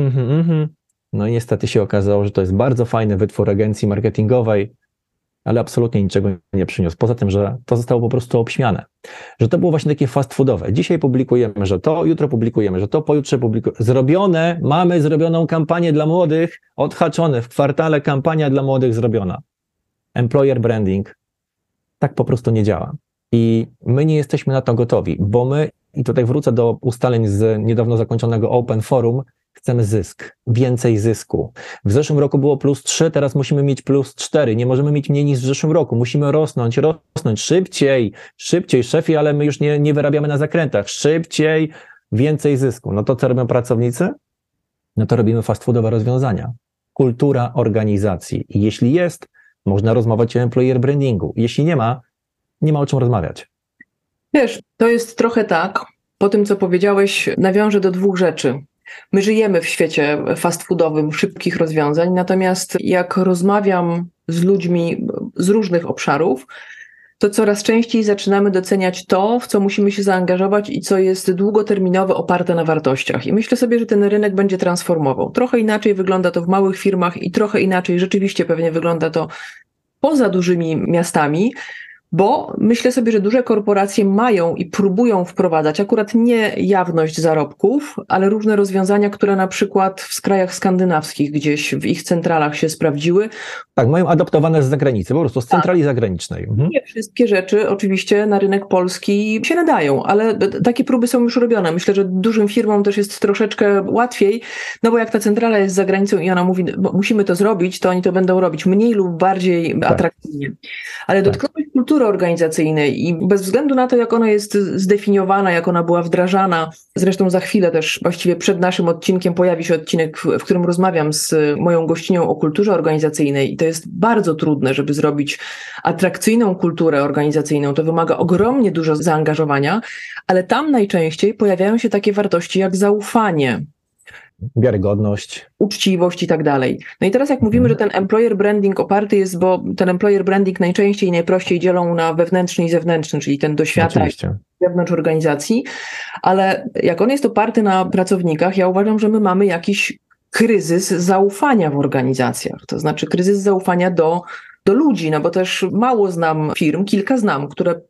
No i niestety się okazało, że to jest bardzo fajny wytwór agencji marketingowej, ale absolutnie niczego nie przyniósł. Poza tym, że to zostało po prostu obśmiane. Że to było właśnie takie fast foodowe. Dzisiaj publikujemy, że to, jutro publikujemy, że to, pojutrze publikujemy. Mamy zrobioną kampanię dla młodych, odhaczone w kwartale kampania dla młodych zrobiona. Employer branding tak po prostu nie działa. I my nie jesteśmy na to gotowi, bo my, i tutaj wrócę do ustaleń z niedawno zakończonego Open Forum, Chcemy zysk, więcej zysku. W zeszłym roku było +3, teraz musimy mieć +4. Nie możemy mieć mniej niż w zeszłym roku. Musimy rosnąć szybciej, szefie, ale my już nie wyrabiamy na zakrętach. Szybciej, więcej zysku. No to co robią pracownicy? No to robimy fast foodowe rozwiązania. Kultura organizacji. I jeśli jest, można rozmawiać o employer brandingu. Jeśli nie ma o czym rozmawiać. Wiesz, to jest trochę tak, po tym co powiedziałeś, nawiążę do dwóch rzeczy. My żyjemy w świecie fast foodowym, szybkich rozwiązań, natomiast jak rozmawiam z ludźmi z różnych obszarów, to coraz częściej zaczynamy doceniać to, w co musimy się zaangażować i co jest długoterminowe, oparte na wartościach. I myślę sobie, że ten rynek będzie transformował. Trochę inaczej wygląda to w małych firmach i trochę inaczej rzeczywiście pewnie wygląda to poza dużymi miastami, bo myślę sobie, że duże korporacje mają i próbują wprowadzać akurat nie jawność zarobków, ale różne rozwiązania, które na przykład w krajach skandynawskich gdzieś w ich centralach się sprawdziły. Tak, mają adoptowane z zagranicy, po prostu z centrali zagranicznej. Nie wszystkie rzeczy oczywiście na rynek polski się nadają, ale takie próby są już robione. Myślę, że dużym firmom też jest troszeczkę łatwiej, no bo jak ta centrala jest za granicą i ona mówi, musimy to zrobić, to oni to będą robić mniej lub bardziej atrakcyjnie. Ale dotknąłeś kultury organizacyjnej i bez względu na to, jak ona jest zdefiniowana, jak ona była wdrażana, zresztą za chwilę też właściwie przed naszym odcinkiem pojawi się odcinek, w którym rozmawiam z moją gościnią o kulturze organizacyjnej i to jest bardzo trudne, żeby zrobić atrakcyjną kulturę organizacyjną. To wymaga ogromnie dużo zaangażowania, ale tam najczęściej pojawiają się takie wartości jak zaufanie, wiarygodność, uczciwość i tak dalej. No i teraz jak mówimy, że ten employer branding oparty jest, bo ten employer branding najczęściej i najprościej dzielą na wewnętrzny i zewnętrzny, czyli ten do świata i wewnątrz organizacji, ale jak on jest oparty na pracownikach, ja uważam, że my mamy jakiś kryzys zaufania w organizacjach, to znaczy kryzys zaufania do ludzi, no bo też mało znam firm, kilka znam, które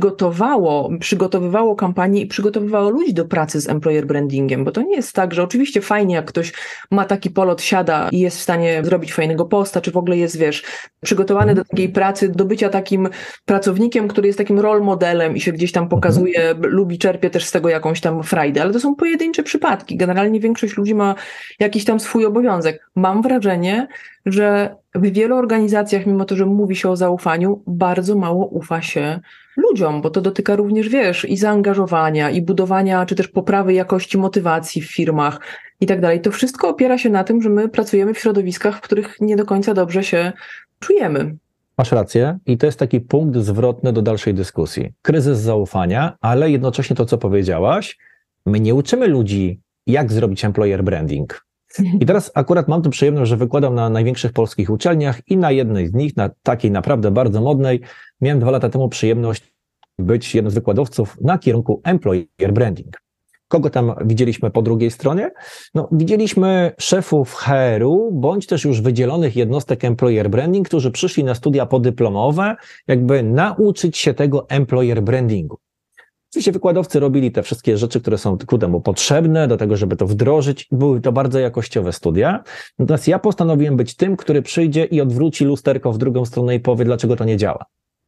przygotowywało kampanię i przygotowywało ludzi do pracy z employer brandingiem, bo to nie jest tak, że oczywiście fajnie, jak ktoś ma taki polot, siada i jest w stanie zrobić fajnego posta, czy w ogóle jest, wiesz, przygotowany do takiej pracy, do bycia takim pracownikiem, który jest takim role modelem i się gdzieś tam pokazuje, lubi, czerpie też z tego jakąś tam frajdę, ale to są pojedyncze przypadki. Generalnie większość ludzi ma jakiś tam swój obowiązek. Mam wrażenie, że w wielu organizacjach, mimo to, że mówi się o zaufaniu, bardzo mało ufa się ludziom, bo to dotyka również, wiesz, i zaangażowania, i budowania, czy też poprawy jakości motywacji w firmach i tak dalej. To wszystko opiera się na tym, że my pracujemy w środowiskach, w których nie do końca dobrze się czujemy. Masz rację i to jest taki punkt zwrotny do dalszej dyskusji. Kryzys zaufania, ale jednocześnie to, co powiedziałaś, my nie uczymy ludzi, jak zrobić employer branding. I teraz akurat mam tu przyjemność, że wykładam na największych polskich uczelniach i na jednej z nich, na takiej naprawdę bardzo modnej, miałem 2 lata temu przyjemność być jednym z wykładowców na kierunku employer branding. Kogo tam widzieliśmy po drugiej stronie? No, widzieliśmy szefów HR-u, bądź też już wydzielonych jednostek employer branding, którzy przyszli na studia podyplomowe, jakby nauczyć się tego employer brandingu. Oczywiście wykładowcy robili te wszystkie rzeczy, które są ku temu potrzebne, do tego, żeby to wdrożyć. Były to bardzo jakościowe studia. Natomiast ja postanowiłem być tym, który przyjdzie i odwróci lusterko w drugą stronę i powie, dlaczego to nie działa.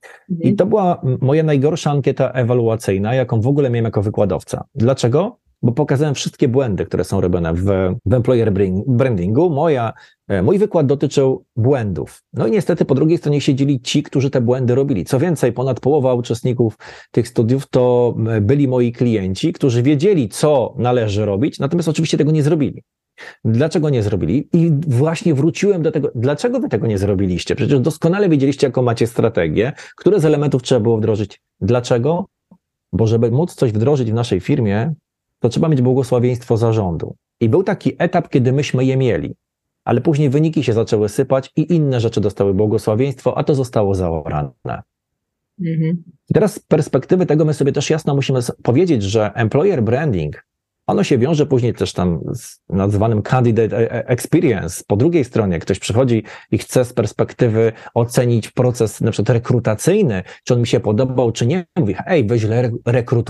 I to była moja najgorsza ankieta ewaluacyjna, jaką w ogóle miałem jako wykładowca. Dlaczego? Bo pokazałem wszystkie błędy, które są robione w employer brandingu. Mój wykład dotyczył błędów. No i niestety po drugiej stronie siedzieli ci, którzy te błędy robili. Co więcej, ponad połowa uczestników tych studiów to byli moi klienci, którzy wiedzieli, co należy robić, natomiast oczywiście tego nie zrobili. Dlaczego nie zrobili? I właśnie wróciłem do tego, dlaczego wy tego nie zrobiliście? Przecież doskonale wiedzieliście, jaką macie strategię, które z elementów trzeba było wdrożyć. Dlaczego? Bo żeby móc coś wdrożyć w naszej firmie, to trzeba mieć błogosławieństwo zarządu. I był taki etap, kiedy myśmy je mieli, ale później wyniki się zaczęły sypać i inne rzeczy dostały błogosławieństwo, a to zostało zaorane. I teraz z perspektywy tego my sobie też jasno musimy powiedzieć, że employer branding, ono się wiąże później też tam z nazwanym candidate experience. Po drugiej stronie ktoś przychodzi i chce z perspektywy ocenić proces na przykład rekrutacyjny, czy on mi się podobał, czy nie. Mówi, hej, wy źle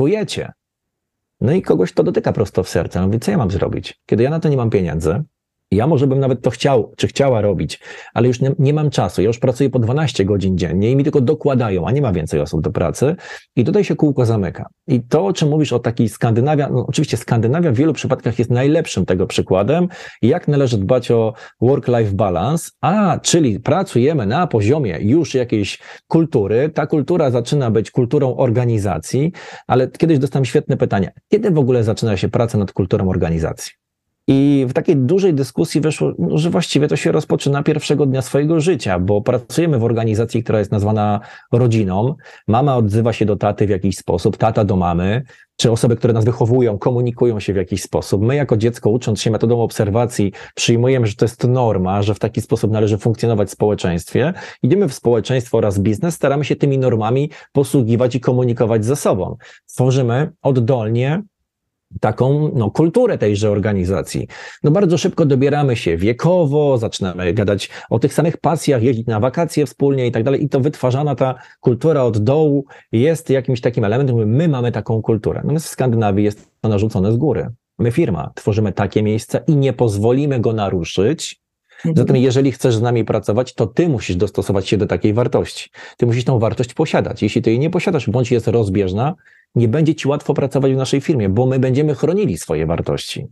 rekrutujecie. No i kogoś to dotyka prosto w serce. Mówi, co ja mam zrobić? Kiedy ja na to nie mam pieniędzy Ja może bym nawet to chciał, czy chciała robić, ale już nie mam czasu. Ja już pracuję po 12 godzin dziennie i mi tylko dokładają, a nie ma więcej osób do pracy. I tutaj się kółko zamyka. I to, o czym mówisz o takiej Skandynawii, no oczywiście Skandynawia w wielu przypadkach jest najlepszym tego przykładem, jak należy dbać o work-life balance, czyli pracujemy na poziomie już jakiejś kultury. Ta kultura zaczyna być kulturą organizacji, ale kiedyś dostałem świetne pytanie. Kiedy w ogóle zaczyna się praca nad kulturą organizacji? I w takiej dużej dyskusji wyszło, że właściwie to się rozpoczyna pierwszego dnia swojego życia, bo pracujemy w organizacji, która jest nazwana rodziną. Mama odzywa się do taty w jakiś sposób, tata do mamy, czy osoby, które nas wychowują, komunikują się w jakiś sposób. My jako dziecko, ucząc się metodą obserwacji, przyjmujemy, że to jest norma, że w taki sposób należy funkcjonować w społeczeństwie. Idziemy w społeczeństwo oraz biznes, staramy się tymi normami posługiwać i komunikować ze sobą. Tworzymy oddolnie taką kulturę tejże organizacji. Bardzo szybko dobieramy się wiekowo, zaczynamy gadać o tych samych pasjach, jeździć na wakacje wspólnie i tak dalej. I to wytwarzana ta kultura od dołu jest jakimś takim elementem, my mamy taką kulturę. Natomiast w Skandynawii jest to narzucone z góry. My, firma, tworzymy takie miejsca i nie pozwolimy go naruszyć. Zatem jeżeli chcesz z nami pracować, to ty musisz dostosować się do takiej wartości. Ty musisz tą wartość posiadać. Jeśli ty jej nie posiadasz, bądź jest rozbieżna, nie będzie ci łatwo pracować w naszej firmie, bo my będziemy chronili swoje wartości.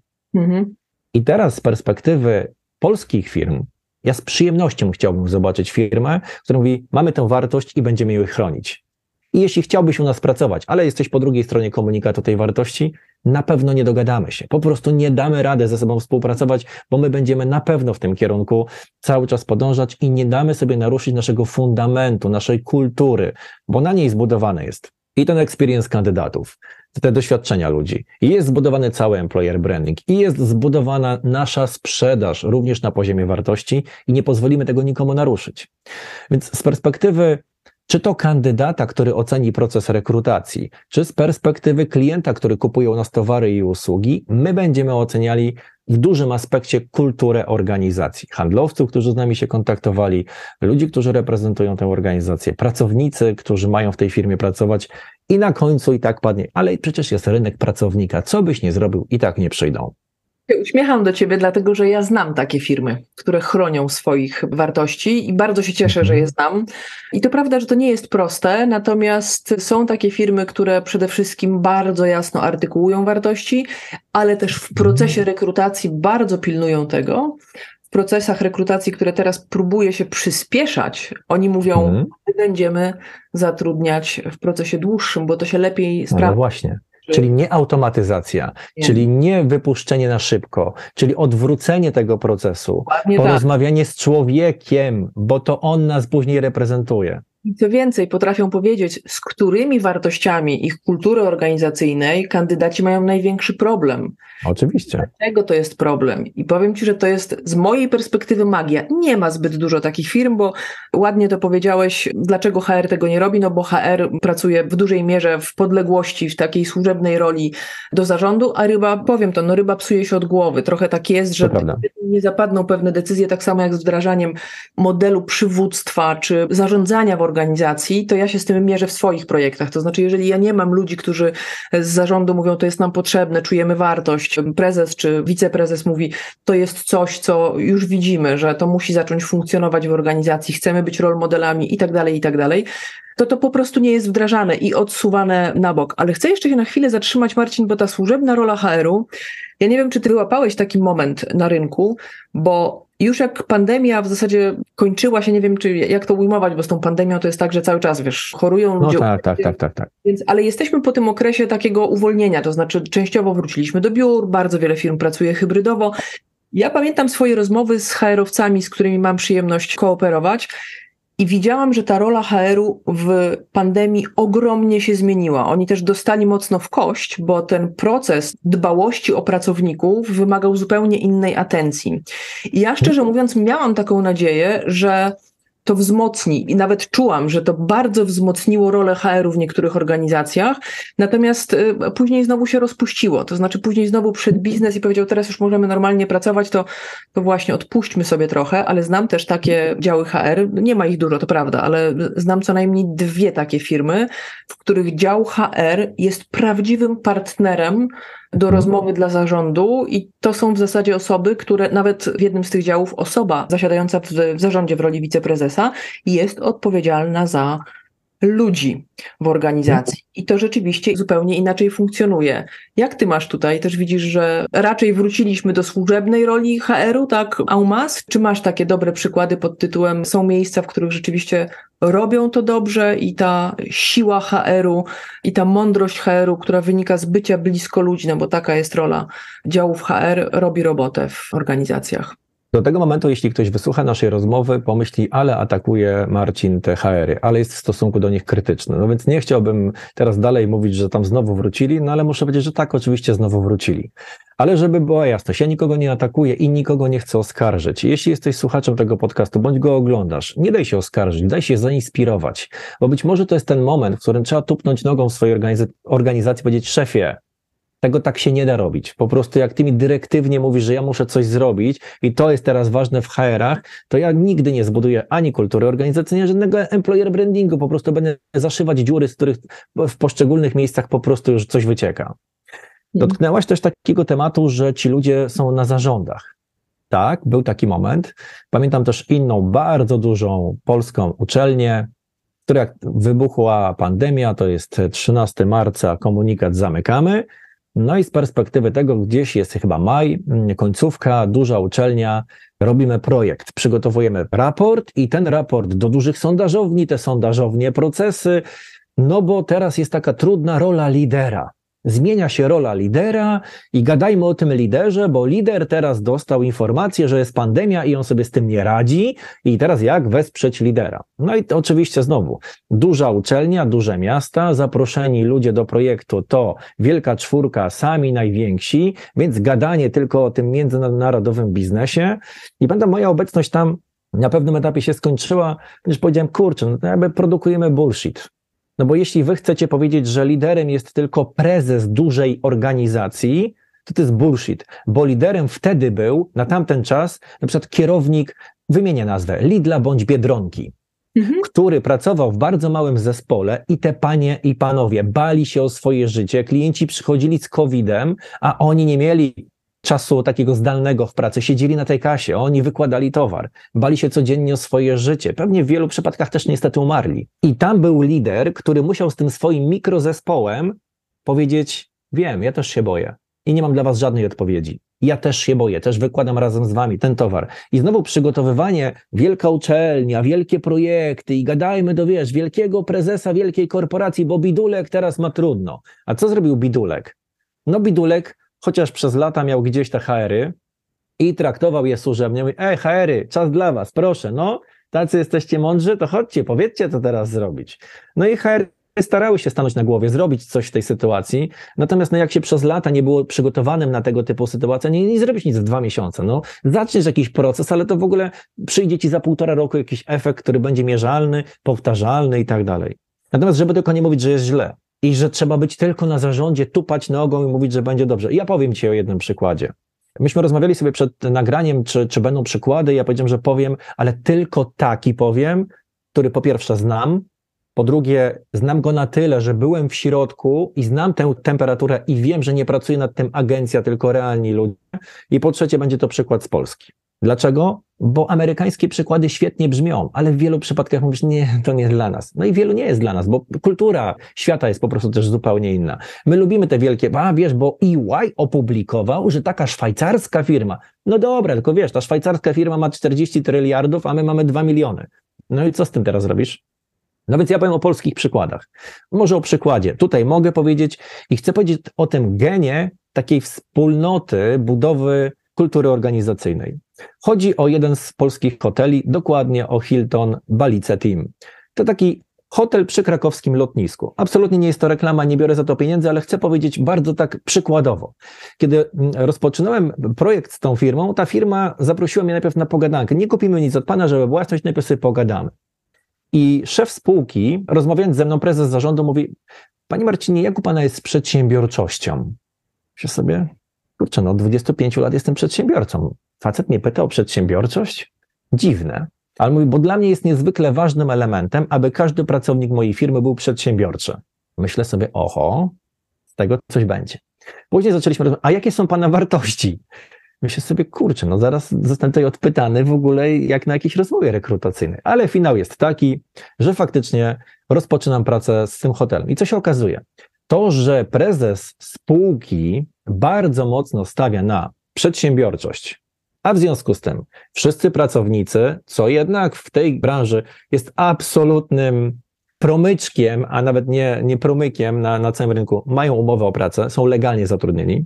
I teraz z perspektywy polskich firm, ja z przyjemnością chciałbym zobaczyć firmę, która mówi, mamy tę wartość i będziemy ją chronić. I jeśli chciałbyś u nas pracować, ale jesteś po drugiej stronie komunikatu tej wartości, na pewno nie dogadamy się. Po prostu nie damy rady ze sobą współpracować, bo my będziemy na pewno w tym kierunku cały czas podążać i nie damy sobie naruszyć naszego fundamentu, naszej kultury, bo na niej zbudowany jest i ten experience kandydatów, te doświadczenia ludzi. I jest zbudowany cały employer branding i jest zbudowana nasza sprzedaż również na poziomie wartości i nie pozwolimy tego nikomu naruszyć. Więc z perspektywy czy to kandydata, który oceni proces rekrutacji, czy z perspektywy klienta, który kupuje u nas towary i usługi, my będziemy oceniali w dużym aspekcie kulturę organizacji. Handlowców, którzy z nami się kontaktowali, ludzi, którzy reprezentują tę organizację, pracownicy, którzy mają w tej firmie pracować i na końcu i tak padnie, ale przecież jest rynek pracownika, co byś nie zrobił, i tak nie przyjdą. Uśmiecham do ciebie, dlatego że ja znam takie firmy, które chronią swoich wartości i bardzo się cieszę, że je znam. I to prawda, że to nie jest proste, natomiast są takie firmy, które przede wszystkim bardzo jasno artykułują wartości, ale też w procesie rekrutacji bardzo pilnują tego. W procesach rekrutacji, które teraz próbuje się przyspieszać, oni mówią, my będziemy zatrudniać w procesie dłuższym, bo to się lepiej sprawdza. No właśnie. Czyli nie automatyzacja, czyli nie wypuszczenie na szybko, czyli odwrócenie tego procesu, porozmawianie z człowiekiem, bo to on nas później reprezentuje. I co więcej, potrafią powiedzieć, z którymi wartościami ich kultury organizacyjnej kandydaci mają największy problem. Oczywiście. Dlaczego to jest problem? I powiem ci, że to jest z mojej perspektywy magia. Nie ma zbyt dużo takich firm, bo ładnie to powiedziałeś, dlaczego HR tego nie robi, no bo HR pracuje w dużej mierze w podległości, w takiej służebnej roli do zarządu, a ryba psuje się od głowy. Trochę tak jest, że nie zapadną pewne decyzje, tak samo jak z wdrażaniem modelu przywództwa czy zarządzania w organizacji, to ja się z tym mierzę w swoich projektach. To znaczy, jeżeli ja nie mam ludzi, którzy z zarządu mówią, to jest nam potrzebne, czujemy wartość, prezes czy wiceprezes mówi, to jest coś, co już widzimy, że to musi zacząć funkcjonować w organizacji, chcemy być role modelami i tak dalej, to po prostu nie jest wdrażane i odsuwane na bok. Ale chcę jeszcze się na chwilę zatrzymać, Marcin, bo ta służebna rola HR-u, ja nie wiem, czy ty wyłapałeś taki moment na rynku, bo już jak pandemia w zasadzie kończyła się, nie wiem, czy jak to ujmować, bo z tą pandemią to jest tak, że cały czas, chorują ludzie. No tak. Więc, ale jesteśmy po tym okresie takiego uwolnienia, to znaczy częściowo wróciliśmy do biur, bardzo wiele firm pracuje hybrydowo. Ja pamiętam swoje rozmowy z HR-owcami, z którymi mam przyjemność kooperować i widziałam, że ta rola HR-u w pandemii ogromnie się zmieniła. Oni też dostali mocno w kość, bo ten proces dbałości o pracowników wymagał zupełnie innej atencji. I ja szczerze mówiąc miałam taką nadzieję, że to wzmocni i nawet czułam, że to bardzo wzmocniło rolę HR-u w niektórych organizacjach, natomiast później znowu się rozpuściło, to znaczy później znowu przyszedł biznes i powiedział, teraz już możemy normalnie pracować, to właśnie odpuśćmy sobie trochę, ale znam też takie działy HR, nie ma ich dużo, to prawda, ale znam co najmniej 2 takie firmy, w których dział HR jest prawdziwym partnerem do rozmowy dla zarządu i to są w zasadzie osoby, które nawet w jednym z tych działów osoba zasiadająca w zarządzie w roli wiceprezesa jest odpowiedzialna za ludzi w organizacji. I to rzeczywiście zupełnie inaczej funkcjonuje. Jak ty masz tutaj? Też widzisz, że raczej wróciliśmy do służebnej roli HR-u, tak en masse? Czy masz takie dobre przykłady pod tytułem są miejsca, w których rzeczywiście robią to dobrze i ta siła HR-u i ta mądrość HR-u, która wynika z bycia blisko ludzi, no bo taka jest rola działów HR, robi robotę w organizacjach? Do tego momentu, jeśli ktoś wysłucha naszej rozmowy, pomyśli, ale atakuje Marcin te HR-y, ale jest w stosunku do nich krytyczny. No więc nie chciałbym teraz dalej mówić, że tam znowu wrócili, no ale muszę powiedzieć, że tak, oczywiście znowu wrócili. Ale żeby była jasność, ja nikogo nie atakuję i nikogo nie chcę oskarżyć. Jeśli jesteś słuchaczem tego podcastu, bądź go oglądasz, nie daj się oskarżyć, daj się zainspirować, bo być może to jest ten moment, w którym trzeba tupnąć nogą w swojej organizacji i powiedzieć, szefie, tego tak się nie da robić. Po prostu jak ty mi dyrektywnie mówisz, że ja muszę coś zrobić i to jest teraz ważne w HR-ach, to ja nigdy nie zbuduję ani kultury organizacyjnej, żadnego employer brandingu. Po prostu będę zaszywać dziury, z których w poszczególnych miejscach po prostu już coś wycieka. Dotknęłaś też takiego tematu, że ci ludzie są na zarządach. Tak, był taki moment. Pamiętam też inną bardzo dużą polską uczelnię, w której jak wybuchła pandemia, to jest 13 marca, komunikat zamykamy. No i z perspektywy tego gdzieś jest chyba maj, końcówka, duża uczelnia, robimy projekt, przygotowujemy raport i ten raport do dużych sondażowni, te sondażownie, procesy, no bo teraz jest taka trudna rola lidera. Zmienia się rola lidera i gadajmy o tym liderze, bo lider teraz dostał informację, że jest pandemia i on sobie z tym nie radzi i teraz jak wesprzeć lidera? No i to oczywiście znowu duża uczelnia, duże miasta, zaproszeni ludzie do projektu to wielka czwórka, sami najwięksi, więc gadanie tylko o tym międzynarodowym biznesie i pamiętam moja obecność tam na pewnym etapie się skończyła, ponieważ powiedziałem, kurczę, no to jakby produkujemy bullshit. No bo jeśli wy chcecie powiedzieć, że liderem jest tylko prezes dużej organizacji, to jest bullshit, bo liderem wtedy był, na tamten czas, na przykład kierownik, wymienię nazwę, Lidla bądź Biedronki, który pracował w bardzo małym zespole i te panie i panowie bali się o swoje życie, klienci przychodzili z COVID-em, a oni nie mieli czasu takiego zdalnego w pracy, siedzieli na tej kasie, oni wykładali towar, bali się codziennie o swoje życie, pewnie w wielu przypadkach też niestety umarli. I tam był lider, który musiał z tym swoim mikrozespołem powiedzieć, wiem, ja też się boję i nie mam dla was żadnej odpowiedzi. Ja też się boję, też wykładam razem z wami ten towar. I znowu przygotowywanie, wielka uczelnia, wielkie projekty i gadajmy do, wielkiego prezesa wielkiej korporacji, bo Bidulek teraz ma trudno. A co zrobił Bidulek? No Bidulek chociaż przez lata miał gdzieś te HR-y i traktował je służebnie. Mówi, HR-y, czas dla was, proszę, no, tacy jesteście mądrzy, to chodźcie, powiedzcie, co teraz zrobić. No i HR-y starały się stanąć na głowie, zrobić coś w tej sytuacji, natomiast no jak się przez lata nie było przygotowanym na tego typu sytuację, nie zrobisz nic w 2 miesiące, no, zaczniesz jakiś proces, ale to w ogóle przyjdzie ci za 1,5 roku jakiś efekt, który będzie mierzalny, powtarzalny i tak dalej. Natomiast żeby tylko nie mówić, że jest źle, i że trzeba być tylko na zarządzie, tupać nogą i mówić, że będzie dobrze. I ja powiem ci o jednym przykładzie. Myśmy rozmawiali sobie przed nagraniem, czy będą przykłady, ja powiedziałem, że powiem, ale tylko taki powiem, który po pierwsze znam, po drugie znam go na tyle, że byłem w środku i znam tę temperaturę i wiem, że nie pracuje nad tym agencja, tylko realni ludzie. I po trzecie będzie to przykład z Polski. Dlaczego? Bo amerykańskie przykłady świetnie brzmią, ale w wielu przypadkach mówisz, nie, to nie jest dla nas. No i wielu nie jest dla nas, bo kultura świata jest po prostu też zupełnie inna. My lubimy te wielkie, bo EY opublikował, że taka szwajcarska firma, no dobra, tylko ta szwajcarska firma ma 40 tryliardów, a my mamy 2 miliony. No i co z tym teraz robisz? No więc ja powiem o polskich przykładach. Może o przykładzie. Tutaj mogę powiedzieć i chcę powiedzieć o tym genie takiej wspólnoty, budowy kultury organizacyjnej. Chodzi o jeden z polskich hoteli, dokładnie o Hilton Balice Team. To taki hotel przy krakowskim lotnisku. Absolutnie nie jest to reklama, nie biorę za to pieniędzy, ale chcę powiedzieć bardzo tak przykładowo. Kiedy rozpoczynałem projekt z tą firmą, ta firma zaprosiła mnie najpierw na pogadankę. Nie kupimy nic od pana, żeby własność, najpierw sobie pogadamy. I szef spółki, rozmawiając ze mną, prezes zarządu mówi, panie Marcinie, jak u pana jest z przedsiębiorczością? Myślę sobie, kurczę, od 25 lat jestem przedsiębiorcą. Facet mnie pyta o przedsiębiorczość? Dziwne. Ale mówi, bo dla mnie jest niezwykle ważnym elementem, aby każdy pracownik mojej firmy był przedsiębiorczy. Myślę sobie, oho, z tego coś będzie. Później zaczęliśmy rozmawiać, a jakie są pana wartości? Myślę sobie, kurczę, no zaraz zostanę tutaj odpytany w ogóle jak na jakiejś rozmowie rekrutacyjnej. Ale finał jest taki, że faktycznie rozpoczynam pracę z tym hotelem. I co się okazuje? To, że prezes spółki bardzo mocno stawia na przedsiębiorczość, a w związku z tym wszyscy pracownicy, co jednak w tej branży jest absolutnym promyczkiem, a nawet nie promykiem na całym rynku, mają umowę o pracę, są legalnie zatrudnieni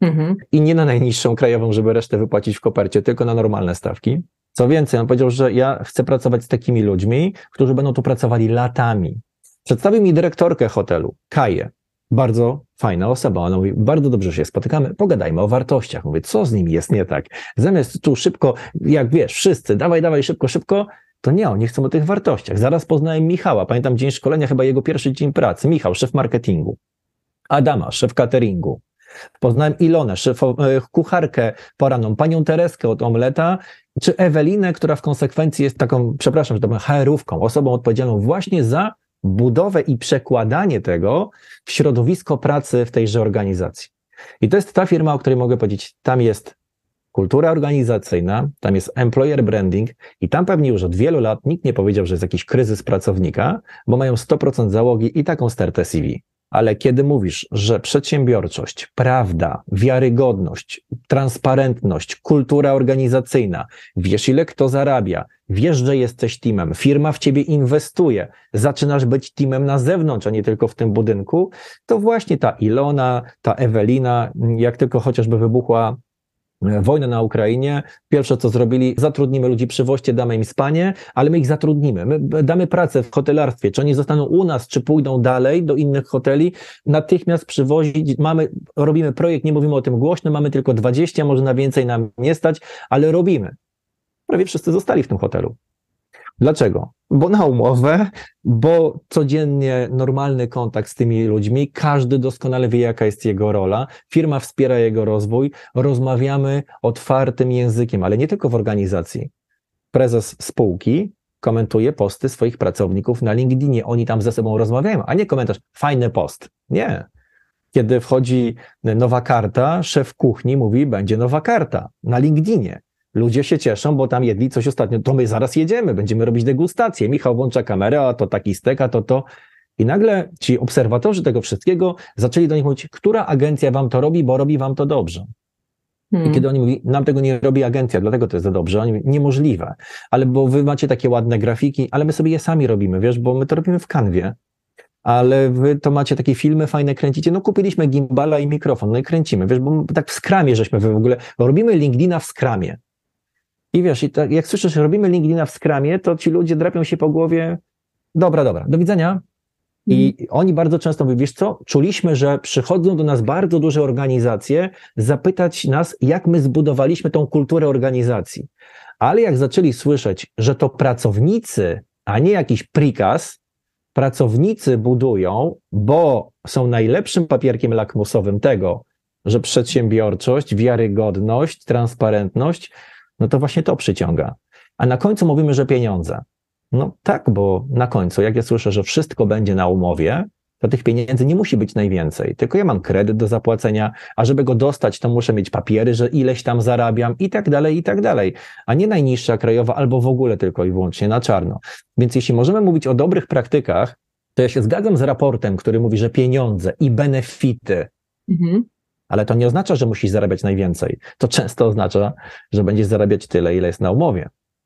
i nie na najniższą krajową, żeby resztę wypłacić w kopercie, tylko na normalne stawki. Co więcej, on powiedział, że ja chcę pracować z takimi ludźmi, którzy będą tu pracowali latami. Przedstawił mi dyrektorkę hotelu, Kaję. Bardzo fajna osoba. Ona mówi, bardzo dobrze się spotykamy, pogadajmy o wartościach. Mówię, co z nimi jest nie tak? Zamiast tu szybko, jak wiesz, wszyscy, dawaj, szybko, to nie, oni chcą o tych wartościach. Zaraz poznałem Michała, pamiętam dzień szkolenia, chyba jego pierwszy dzień pracy. Michał, szef marketingu. Adama, szef cateringu. Poznałem Ilonę, kucharkę poranną, panią Tereskę od omleta, czy Ewelinę, która w konsekwencji jest taką, przepraszam, że to była HR-ówką, osobą odpowiedzialną właśnie za budowę i przekładanie tego w środowisko pracy w tejże organizacji. I to jest ta firma, o której mogę powiedzieć, tam jest kultura organizacyjna, tam jest employer branding i tam pewnie już od wielu lat nikt nie powiedział, że jest jakiś kryzys pracownika, bo mają 100% załogi i taką stertę CV. Ale kiedy mówisz, że przedsiębiorczość, prawda, wiarygodność, transparentność, kultura organizacyjna, wiesz ile kto zarabia, wiesz, że jesteś teamem, firma w ciebie inwestuje, zaczynasz być teamem na zewnątrz, a nie tylko w tym budynku, to właśnie ta Ilona, ta Ewelina, jak tylko chociażby wybuchła wojnę na Ukrainie, pierwsze co zrobili, zatrudnimy ludzi przy woźcie, damy im spanie, ale my ich zatrudnimy, my damy pracę w hotelarstwie, czy oni zostaną u nas, czy pójdą dalej do innych hoteli, natychmiast przywozić, robimy projekt, nie mówimy o tym głośno, mamy tylko 20, może na więcej nam nie stać, ale robimy. Prawie wszyscy zostali w tym hotelu. Dlaczego? Bo na umowę, bo codziennie normalny kontakt z tymi ludźmi, każdy doskonale wie, jaka jest jego rola, firma wspiera jego rozwój, rozmawiamy otwartym językiem, ale nie tylko w organizacji. Prezes spółki komentuje posty swoich pracowników na LinkedInie, oni tam ze sobą rozmawiają, a nie komentarz, fajny post. Nie. Kiedy wchodzi nowa karta, szef kuchni mówi, będzie nowa karta na LinkedInie. Ludzie się cieszą, bo tam jedli coś ostatnio, to my zaraz jedziemy, będziemy robić degustację. Michał włącza kamerę, a to taki stek, a to. I nagle ci obserwatorzy tego wszystkiego zaczęli do nich mówić, która agencja wam to robi, bo robi wam to dobrze. I kiedy oni mówili, nam tego nie robi agencja, dlatego to jest za dobrze, oni mówią, niemożliwe. Ale bo wy macie takie ładne grafiki, ale my sobie je sami robimy, wiesz, bo my to robimy w Canwie. Ale wy to macie takie filmy fajne, kręcicie, no kupiliśmy gimbala i mikrofon, no i kręcimy, wiesz, bo tak w Scrumie żeśmy w ogóle, robimy LinkedIna w Scrumie. I wiesz, i tak, jak słyszysz, robimy LinkedIna w Scrumie, to ci ludzie drapią się po głowie, dobra, do widzenia. I oni bardzo często mówią, wiesz co, czuliśmy, że przychodzą do nas bardzo duże organizacje zapytać nas, jak my zbudowaliśmy tą kulturę organizacji. Ale jak zaczęli słyszeć, że to pracownicy, a nie jakiś prikaz, pracownicy budują, bo są najlepszym papierkiem lakmusowym tego, że przedsiębiorczość, wiarygodność, transparentność, no to właśnie to przyciąga. A na końcu mówimy, że pieniądze. No tak, bo na końcu, jak ja słyszę, że wszystko będzie na umowie, to tych pieniędzy nie musi być najwięcej, tylko ja mam kredyt do zapłacenia, a żeby go dostać, to muszę mieć papiery, że ileś tam zarabiam i tak dalej, a nie najniższa krajowa albo w ogóle tylko i wyłącznie na czarno. Więc jeśli możemy mówić o dobrych praktykach, to ja się zgadzam z raportem, który mówi, że pieniądze i benefity, ale to nie oznacza, że musisz zarabiać najwięcej. To często oznacza, że będziesz zarabiać tyle, ile jest na umowie.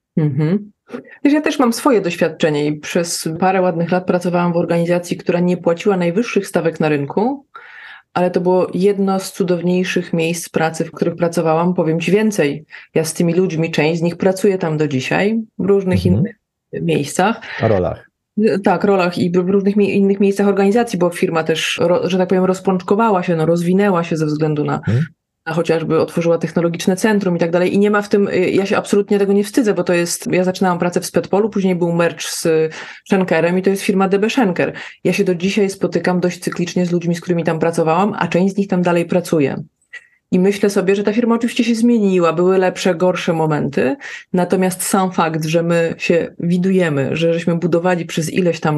Wiesz, ja też mam swoje doświadczenie i przez parę ładnych lat pracowałam w organizacji, która nie płaciła najwyższych stawek na rynku, ale to było jedno z cudowniejszych miejsc pracy, w których pracowałam. Powiem ci więcej, ja z tymi ludźmi, część z nich pracuje tam do dzisiaj, w różnych innych miejscach. Rolach. Tak, rolach i w różnych innych miejscach organizacji, bo firma też, że tak powiem, rozpączkowała się, rozwinęła się ze względu na chociażby otworzyła technologiczne centrum i tak dalej. I nie ma w tym, ja się absolutnie tego nie wstydzę, bo to jest, ja zaczynałam pracę w Spetpolu, później był merge z Schenkerem i to jest firma DB Schenker. Ja się do dzisiaj spotykam dość cyklicznie z ludźmi, z którymi tam pracowałam, a część z nich tam dalej pracuje. I myślę sobie, że ta firma oczywiście się zmieniła, były lepsze, gorsze momenty, natomiast sam fakt, że my się widujemy, że żeśmy budowali przez ileś tam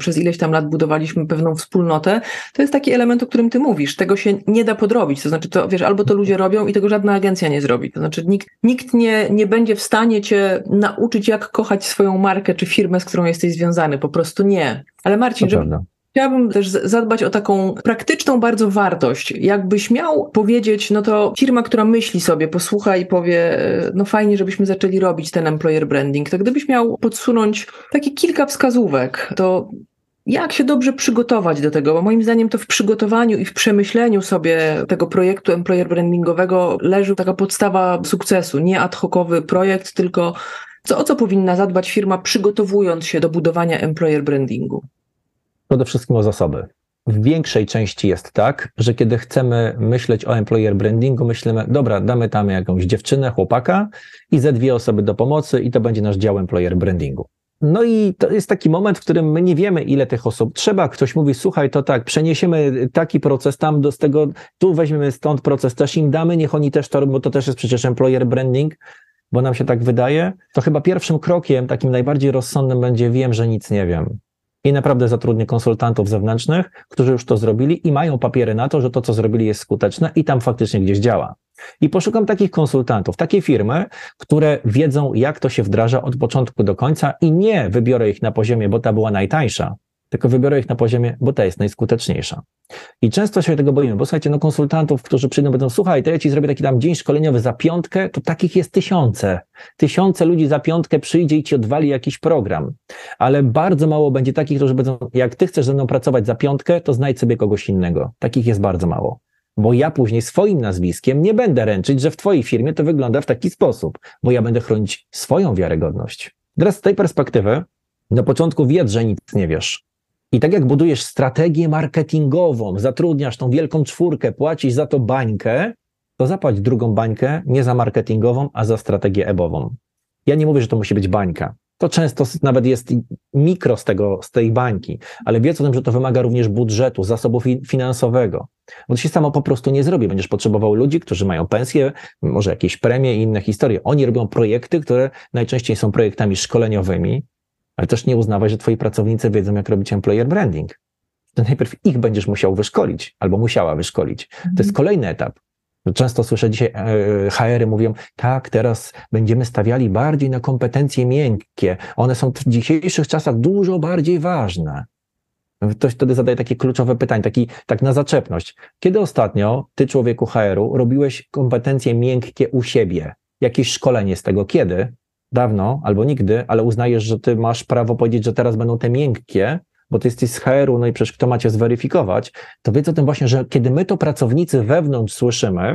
lat budowaliśmy pewną wspólnotę, to jest taki element, o którym ty mówisz. Tego się nie da podrobić, to znaczy to, wiesz, albo to ludzie robią i tego żadna agencja nie zrobi. To znaczy nikt nie będzie w stanie cię nauczyć, jak kochać swoją markę czy firmę, z którą jesteś związany. Po prostu nie. Ale Marcin, chciałabym też zadbać o taką praktyczną bardzo wartość. Jakbyś miał powiedzieć, no to firma, która myśli sobie, posłucha i powie, no fajnie, żebyśmy zaczęli robić ten employer branding, to gdybyś miał podsunąć takie kilka wskazówek, to jak się dobrze przygotować do tego? Bo moim zdaniem to w przygotowaniu i w przemyśleniu sobie tego projektu employer brandingowego leży taka podstawa sukcesu. Nie ad hocowy projekt, tylko o co powinna zadbać firma, przygotowując się do budowania employer brandingu? Przede wszystkim o zasoby. W większej części jest tak, że kiedy chcemy myśleć o employer brandingu, myślimy, dobra, damy tam jakąś dziewczynę, chłopaka i ze 2 osoby do pomocy i to będzie nasz dział employer brandingu. No i to jest taki moment, w którym my nie wiemy, ile tych osób trzeba. Ktoś mówi, słuchaj, to tak, przeniesiemy taki proces tam z tego, tu weźmiemy stąd proces, też im damy, niech oni też to robią, bo to też jest przecież employer branding, bo nam się tak wydaje. To chyba pierwszym krokiem, takim najbardziej rozsądnym będzie, wiem, że nic nie wiem. I naprawdę zatrudnię konsultantów zewnętrznych, którzy już to zrobili i mają papiery na to, że to, co zrobili, jest skuteczne i tam faktycznie gdzieś działa. I poszukam takich konsultantów, takie firmy, które wiedzą, jak to się wdraża od początku do końca i nie wybiorę ich na poziomie, bo ta była najtańsza, tylko wybiorę ich na poziomie, bo ta jest najskuteczniejsza. I często się tego boimy, bo słuchajcie, no konsultantów, którzy przyjdą, będą, słuchaj, to ja ci zrobię taki tam dzień szkoleniowy za 5, to takich jest tysiące. Tysiące ludzi za 5 przyjdzie i ci odwali jakiś program. Ale bardzo mało będzie takich, którzy będą, jak ty chcesz ze mną pracować za 5, to znajdź sobie kogoś innego. Takich jest bardzo mało. Bo ja później swoim nazwiskiem nie będę ręczyć, że w twojej firmie to wygląda w taki sposób, bo ja będę chronić swoją wiarygodność. Teraz z tej perspektywy, na początku wiedz, że nic nie wiesz. I tak jak budujesz strategię marketingową, zatrudniasz tą wielką 4, płacisz za to bańkę, to zapłać drugą bańkę nie za marketingową, a za strategię EB-ową. Ja nie mówię, że to musi być bańka. To często nawet jest mikro z tej bańki, ale wiedz o tym, że to wymaga również budżetu, zasobu finansowego. Bo to się samo po prostu nie zrobi. Będziesz potrzebował ludzi, którzy mają pensje, może jakieś premie i inne historie. Oni robią projekty, które najczęściej są projektami szkoleniowymi, ale też nie uznawaj, że twoi pracownicy wiedzą, jak robić employer branding. To najpierw ich będziesz musiał wyszkolić albo musiała wyszkolić. To jest kolejny etap. Często słyszę dzisiaj, HR-y mówią, tak, teraz będziemy stawiali bardziej na kompetencje miękkie. One są w dzisiejszych czasach dużo bardziej ważne. Ktoś wtedy zadaje takie kluczowe pytanie, tak na zaczepność. Kiedy ostatnio ty, człowieku HR-u, robiłeś kompetencje miękkie u siebie? Jakieś szkolenie z tego? Kiedy? Dawno albo nigdy, ale uznajesz, że ty masz prawo powiedzieć, że teraz będą te miękkie, bo ty jesteś z HR-u, no i przecież kto ma cię zweryfikować, to wiedz o tym właśnie, że kiedy my to pracownicy wewnątrz słyszymy,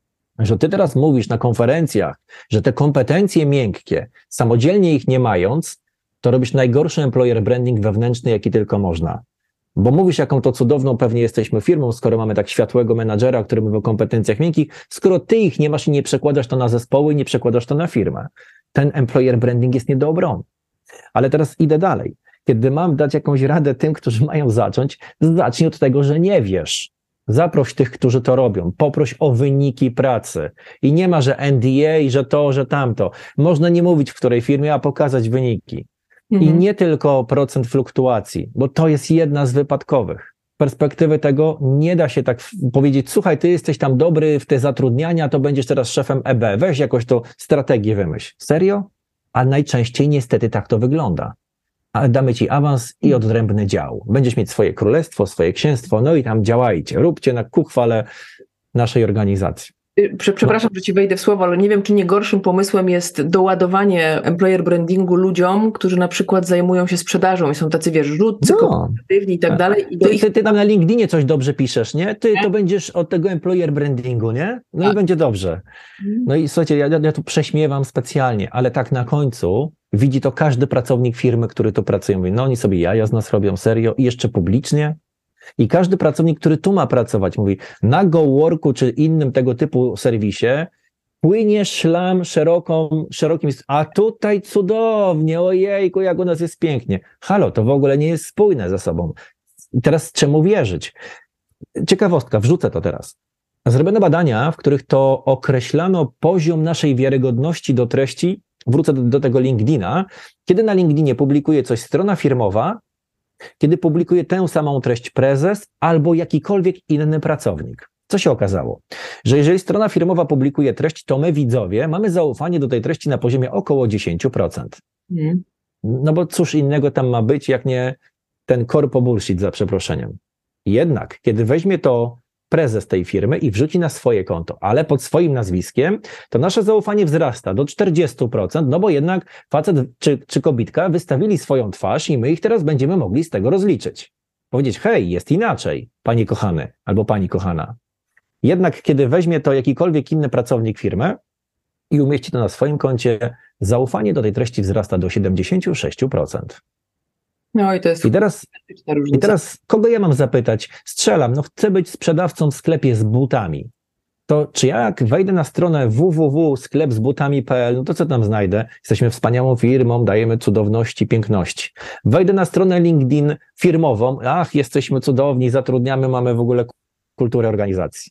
że ty teraz mówisz na konferencjach, że te kompetencje miękkie, samodzielnie ich nie mając, to robisz najgorszy employer branding wewnętrzny, jaki tylko można. Bo mówisz, jaką to cudowną pewnie jesteśmy firmą, skoro mamy tak światłego menadżera, który mówi o kompetencjach miękkich, skoro ty ich nie masz i nie przekładasz to na zespoły, nie przekładasz to na firmę. Ten employer branding jest nie do obrony. Ale teraz idę dalej. Kiedy mam dać jakąś radę tym, którzy mają zacząć, zacznij od tego, że nie wiesz. Zaproś tych, którzy to robią. Poproś o wyniki pracy. I nie ma, że NDA, że to, że tamto. Można nie mówić, w której firmie, a pokazać wyniki. I nie tylko procent fluktuacji, bo to jest jedna z wypadkowych. Z perspektywy tego nie da się tak powiedzieć, słuchaj, ty jesteś tam dobry w te zatrudniania, to będziesz teraz szefem EB, weź jakoś to strategię wymyśl. Serio? A najczęściej niestety tak to wygląda. Ale damy ci awans i odrębny dział. Będziesz mieć swoje królestwo, swoje księstwo, no i tam działajcie, róbcie na ku chwale naszej organizacji. Przepraszam, że ci wejdę w słowo, ale nie wiem, czy nie gorszym pomysłem jest doładowanie employer brandingu ludziom, którzy na przykład zajmują się sprzedażą i są tacy, wiesz, rzutcy, komunikatywni i tak dalej. Ty tam na LinkedInie coś dobrze piszesz, nie? Ty to będziesz od tego employer brandingu, nie? No i będzie dobrze. No i słuchajcie, ja tu prześmiewam specjalnie, ale tak na końcu widzi to każdy pracownik firmy, który tu pracuje. Mówi, no oni sobie jaja z nas robią, serio, i jeszcze publicznie. I każdy pracownik, który tu ma pracować, mówi, na GoWorku czy innym tego typu serwisie płynie szlam szerokim, a tutaj cudownie, ojejku, jak u nas jest pięknie. Halo, to w ogóle nie jest spójne ze sobą. I teraz czemu wierzyć? Ciekawostka, wrzucę to teraz. Zrobiono badania, w których to określano poziom naszej wiarygodności do treści. Wrócę do tego LinkedIna. Kiedy na LinkedInie publikuje coś strona firmowa, kiedy publikuje tę samą treść prezes albo jakikolwiek inny pracownik. Co się okazało? Że jeżeli strona firmowa publikuje treść, to my widzowie mamy zaufanie do tej treści na poziomie około 10%. No bo cóż innego tam ma być, jak nie ten corpo bullshit, za przeproszeniem. Jednak, kiedy weźmie to prezes tej firmy i wrzuci na swoje konto, ale pod swoim nazwiskiem, to nasze zaufanie wzrasta do 40%, no bo jednak facet czy kobitka wystawili swoją twarz i my ich teraz będziemy mogli z tego rozliczyć. Powiedzieć, hej, jest inaczej, panie kochany albo pani kochana. Jednak kiedy weźmie to jakikolwiek inny pracownik firmy i umieści to na swoim koncie, zaufanie do tej treści wzrasta do 76%. No i to jest I teraz kogo ja mam zapytać? Strzelam, no chcę być sprzedawcą w sklepie z butami. To czy ja jak wejdę na stronę www.sklepzbutami.pl, no to co tam znajdę? Jesteśmy wspaniałą firmą, dajemy cudowności, piękności. Wejdę na stronę LinkedIn firmową, jesteśmy cudowni, zatrudniamy, mamy w ogóle kulturę organizacji.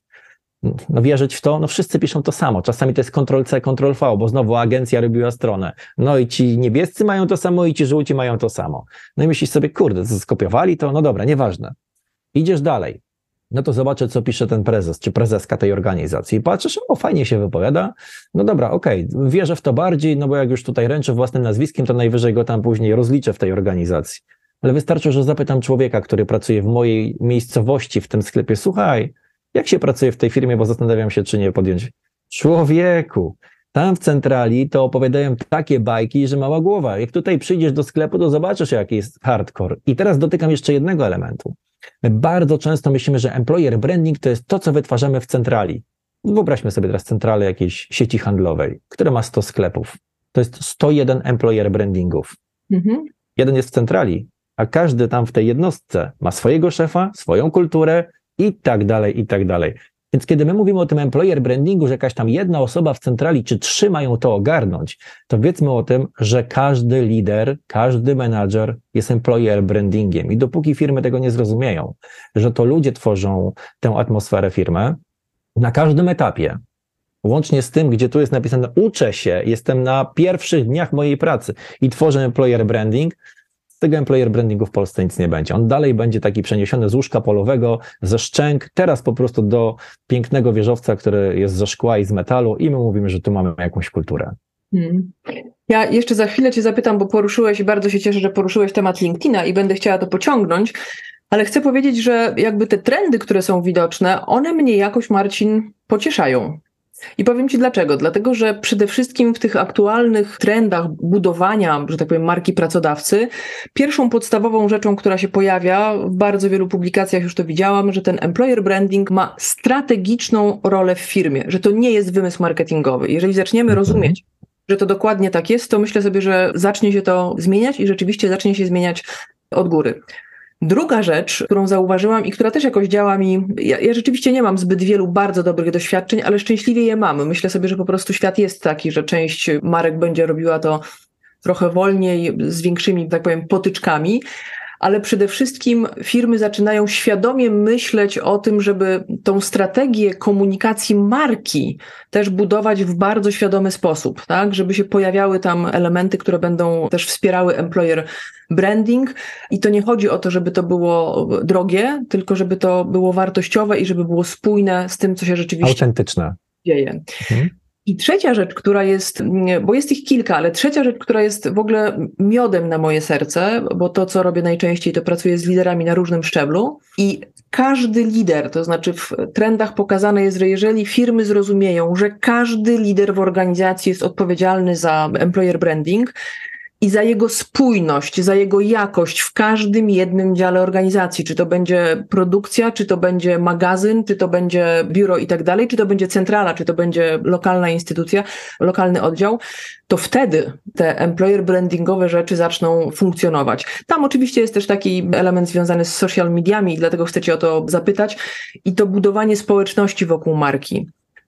No wierzyć w to? No wszyscy piszą to samo. Czasami to jest Ctrl-C, Ctrl-V, bo znowu agencja robiła stronę. No i ci niebiescy mają to samo i ci żółci mają to samo. No i myślisz sobie, kurde, skopiowali to? No dobra, nieważne. Idziesz dalej. No to zobaczę, co pisze ten prezes, czy prezeska tej organizacji. I patrzysz, fajnie się wypowiada. No dobra, okej, wierzę w to bardziej, no bo jak już tutaj ręczę własnym nazwiskiem, to najwyżej go tam później rozliczę w tej organizacji. Ale wystarczy, że zapytam człowieka, który pracuje w mojej miejscowości, w tym sklepie, słuchaj, jak się pracuje w tej firmie, bo zastanawiam się, czy nie podjąć. Człowieku, tam w centrali to opowiadają takie bajki, że mała głowa. Jak tutaj przyjdziesz do sklepu, to zobaczysz, jaki jest hardcore. I teraz dotykam jeszcze jednego elementu. My bardzo często myślimy, że employer branding to jest to, co wytwarzamy w centrali. Wyobraźmy sobie teraz centralę jakiejś sieci handlowej, która ma 100 sklepów. To jest 101 employer brandingów. Jeden jest w centrali, a każdy tam w tej jednostce ma swojego szefa, swoją kulturę, i tak dalej, i tak dalej. Więc kiedy my mówimy o tym employer brandingu, że jakaś tam jedna osoba w centrali czy 3 mają to ogarnąć, to wiedzmy o tym, że każdy lider, każdy menadżer jest employer brandingiem. I dopóki firmy tego nie zrozumieją, że to ludzie tworzą tę atmosferę firmy, na każdym etapie, łącznie z tym, gdzie tu jest napisane uczę się, jestem na pierwszych dniach mojej pracy i tworzę employer branding, z tego employer brandingu w Polsce nic nie będzie. On dalej będzie taki przeniesiony z łóżka polowego, ze szczęk, teraz po prostu do pięknego wieżowca, który jest ze szkła i z metalu i my mówimy, że tu mamy jakąś kulturę. Ja jeszcze za chwilę cię zapytam, bo poruszyłeś i bardzo się cieszę, że poruszyłeś temat LinkedIna i będę chciała to pociągnąć, ale chcę powiedzieć, że jakby te trendy, które są widoczne, one mnie jakoś, Marcin, pocieszają. I powiem ci dlaczego. Dlatego, że przede wszystkim w tych aktualnych trendach budowania, że tak powiem, marki pracodawcy, pierwszą podstawową rzeczą, która się pojawia, w bardzo wielu publikacjach już to widziałam, że ten employer branding ma strategiczną rolę w firmie, że to nie jest wymysł marketingowy. Jeżeli zaczniemy rozumieć, że to dokładnie tak jest, to myślę sobie, że zacznie się to zmieniać i rzeczywiście zacznie się zmieniać od góry. Druga rzecz, którą zauważyłam i która też jakoś działa mi, ja rzeczywiście nie mam zbyt wielu bardzo dobrych doświadczeń, ale szczęśliwie je mamy. Myślę sobie, że po prostu świat jest taki, że część marek będzie robiła to trochę wolniej, z większymi, tak powiem, potyczkami, ale przede wszystkim firmy zaczynają świadomie myśleć o tym, żeby tą strategię komunikacji marki też budować w bardzo świadomy sposób, tak? Żeby się pojawiały tam elementy, które będą też wspierały employer branding i to nie chodzi o to, żeby to było drogie, tylko żeby to było wartościowe i żeby było spójne z tym, co się rzeczywiście autentyczne dzieje. I trzecia rzecz, która jest, bo jest ich kilka, ale trzecia rzecz, która jest w ogóle miodem na moje serce, bo to, co robię najczęściej, to pracuję z liderami na różnym szczeblu i każdy lider, to znaczy w trendach pokazane jest, że jeżeli firmy zrozumieją, że każdy lider w organizacji jest odpowiedzialny za employer branding, i za jego spójność, za jego jakość w każdym jednym dziale organizacji, czy to będzie produkcja, czy to będzie magazyn, czy to będzie biuro i tak dalej, czy to będzie centrala, czy to będzie lokalna instytucja, lokalny oddział, to wtedy te employer brandingowe rzeczy zaczną funkcjonować. Tam oczywiście jest też taki element związany z social mediami i dlatego chcę cię o to zapytać i to budowanie społeczności wokół marki.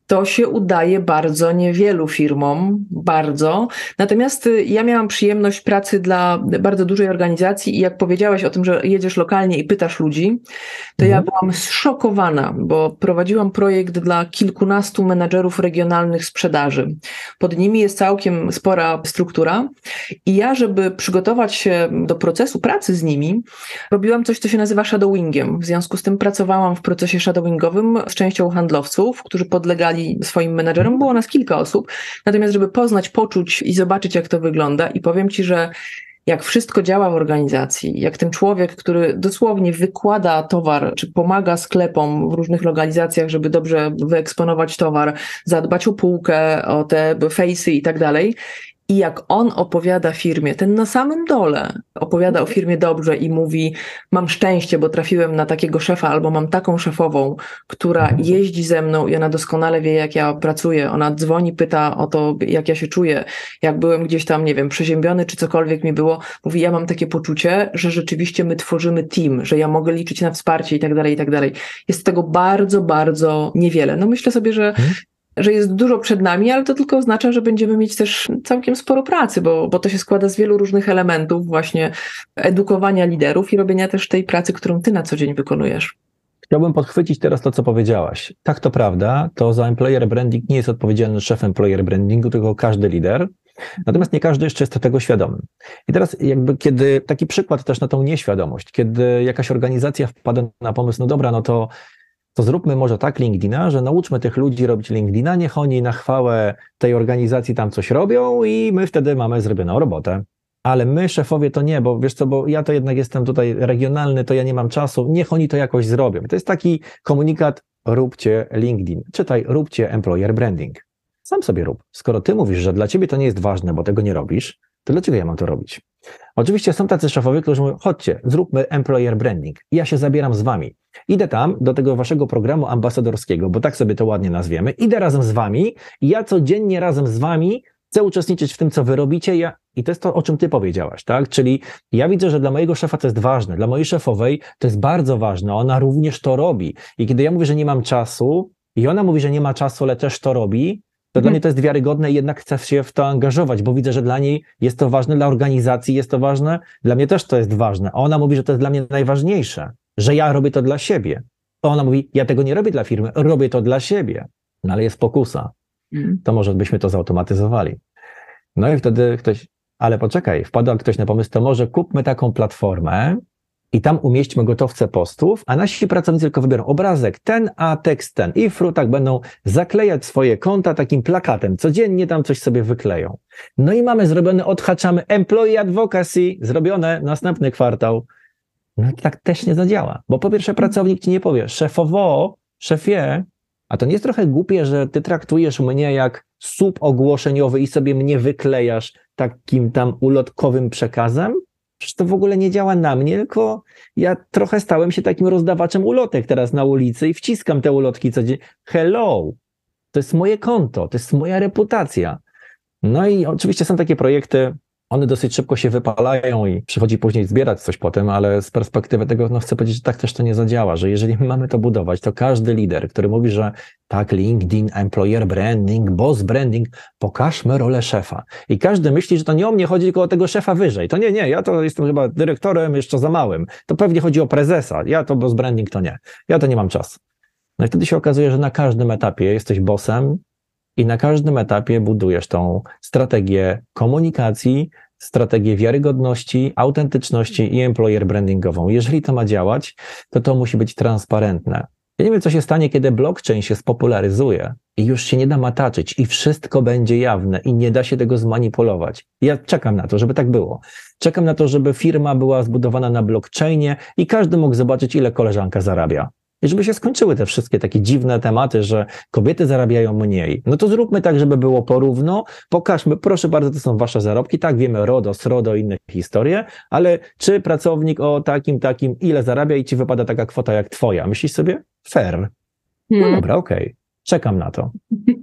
To się udaje bardzo niewielu firmom, bardzo. Natomiast ja miałam przyjemność pracy dla bardzo dużej organizacji i jak powiedziałaś o tym, że jedziesz lokalnie i pytasz ludzi, to ja byłam zszokowana, bo prowadziłam projekt dla kilkunastu menadżerów regionalnych sprzedaży. Pod nimi jest całkiem spora struktura i ja, żeby przygotować się do procesu pracy z nimi, robiłam coś, co się nazywa shadowingiem. W związku z tym pracowałam w procesie shadowingowym z częścią handlowców, którzy podlegali swoim menadżerom. Było nas kilka osób. Natomiast żeby poznać, poczuć i zobaczyć, jak to wygląda, i powiem ci, że jak wszystko działa w organizacji, jak ten człowiek, który dosłownie wykłada towar, czy pomaga sklepom w różnych lokalizacjach, żeby dobrze wyeksponować towar, zadbać o półkę, o te fejsy i tak dalej, i jak on opowiada firmie, ten na samym dole opowiada o firmie dobrze i mówi, mam szczęście, bo trafiłem na takiego szefa, albo mam taką szefową, która jeździ ze mną i ona doskonale wie, jak ja pracuję. Ona dzwoni, pyta o to, jak ja się czuję. Jak byłem gdzieś tam, nie wiem, przeziębiony, czy cokolwiek mi było, mówi, ja mam takie poczucie, że rzeczywiście my tworzymy team, że ja mogę liczyć na wsparcie i tak dalej, i tak dalej. Jest tego bardzo, bardzo niewiele. No myślę sobie, że jest dużo przed nami, ale to tylko oznacza, że będziemy mieć też całkiem sporo pracy, bo to się składa z wielu różnych elementów właśnie edukowania liderów i robienia też tej pracy, którą ty na co dzień wykonujesz. Chciałbym podchwycić teraz to, co powiedziałaś. Tak, to prawda, to za employer branding nie jest odpowiedzialny szef employer brandingu, tylko każdy lider. Natomiast nie każdy jeszcze jest tego świadomy. I teraz jakby kiedy, taki przykład też na tą nieświadomość, kiedy jakaś organizacja wpada na pomysł, no dobra, no to zróbmy może tak LinkedIna, że nauczmy tych ludzi robić LinkedIna, niech oni na chwałę tej organizacji tam coś robią i my wtedy mamy zrobioną robotę. Ale my, szefowie, to nie, bo wiesz co, bo ja to jednak jestem tutaj regionalny, to ja nie mam czasu, niech oni to jakoś zrobią. To jest taki komunikat, róbcie LinkedIn, czytaj, róbcie employer branding. Sam sobie rób. Skoro ty mówisz, że dla ciebie to nie jest ważne, bo tego nie robisz, to dlaczego ja mam to robić? Oczywiście są tacy szefowie, którzy mówią, chodźcie, zróbmy employer branding. Ja się zabieram z wami. Idę tam do tego waszego programu ambasadorskiego, bo tak sobie to ładnie nazwiemy. Idę razem z wami i ja codziennie razem z wami chcę uczestniczyć w tym, co wy robicie. I to jest to, o czym ty powiedziałaś, tak? Czyli ja widzę, że dla mojego szefa to jest ważne, dla mojej szefowej to jest bardzo ważne, ona również to robi. I kiedy ja mówię, że nie mam czasu i ona mówi, że nie ma czasu, ale też to robi, to dla mnie to jest wiarygodne i jednak chcę się w to angażować, bo widzę, że dla niej jest to ważne, dla organizacji jest to ważne, dla mnie też to jest ważne. A ona mówi, że to jest dla mnie najważniejsze, że ja robię to dla siebie. A ona mówi, ja tego nie robię dla firmy, robię to dla siebie. No ale jest pokusa. To może byśmy to zautomatyzowali. No i wtedy ktoś, ale poczekaj, wpadł ktoś na pomysł, to może kupmy taką platformę i tam umieśćmy gotowce postów, a nasi pracownicy tylko wybiorą obrazek ten, a tekst ten. I tak będą zaklejać swoje konta takim plakatem. Codziennie tam coś sobie wykleją. No i mamy zrobione, odhaczamy employee advocacy, zrobione, następny kwartał. No i tak też nie zadziała, bo po pierwsze pracownik ci nie powie, szefowo, szefie, a to nie jest trochę głupie, że ty traktujesz mnie jak słup ogłoszeniowy i sobie mnie wyklejasz takim tam ulotkowym przekazem? Przecież to w ogóle nie działa na mnie, tylko ja trochę stałem się takim rozdawaczem ulotek teraz na ulicy i wciskam te ulotki codziennie. Hello! To jest moje konto, to jest moja reputacja. No i oczywiście są takie projekty, one dosyć szybko się wypalają i przychodzi później zbierać coś potem, ale z perspektywy tego chcę powiedzieć, że tak też to nie zadziała, że jeżeli my mamy to budować, to każdy lider, który mówi, że tak, LinkedIn, employer branding, boss branding, pokażmy rolę szefa. I każdy myśli, że to nie o mnie chodzi, tylko o tego szefa wyżej. To nie, ja to jestem chyba dyrektorem jeszcze za małym. To pewnie chodzi o prezesa. Ja to boss branding to nie. Ja to nie mam czasu. No i wtedy się okazuje, że na każdym etapie jesteś bossem, i na każdym etapie budujesz tą strategię komunikacji, strategię wiarygodności, autentyczności i employer brandingową. Jeżeli to ma działać, to musi być transparentne. Ja nie wiem, co się stanie, kiedy blockchain się spopularyzuje i już się nie da mataczyć i wszystko będzie jawne i nie da się tego zmanipulować. Ja czekam na to, żeby tak było. Czekam na to, żeby firma była zbudowana na blockchainie i każdy mógł zobaczyć, ile koleżanka zarabia. I żeby się skończyły te wszystkie takie dziwne tematy, że kobiety zarabiają mniej. No to zróbmy tak, żeby było porówno. Pokażmy, proszę bardzo, to są wasze zarobki. Tak, wiemy RODO, SRODO, inne historie, ale czy pracownik o takim, ile zarabia i ci wypada taka kwota jak twoja? Myślisz sobie? Fair. No dobra, okej. Czekam na to.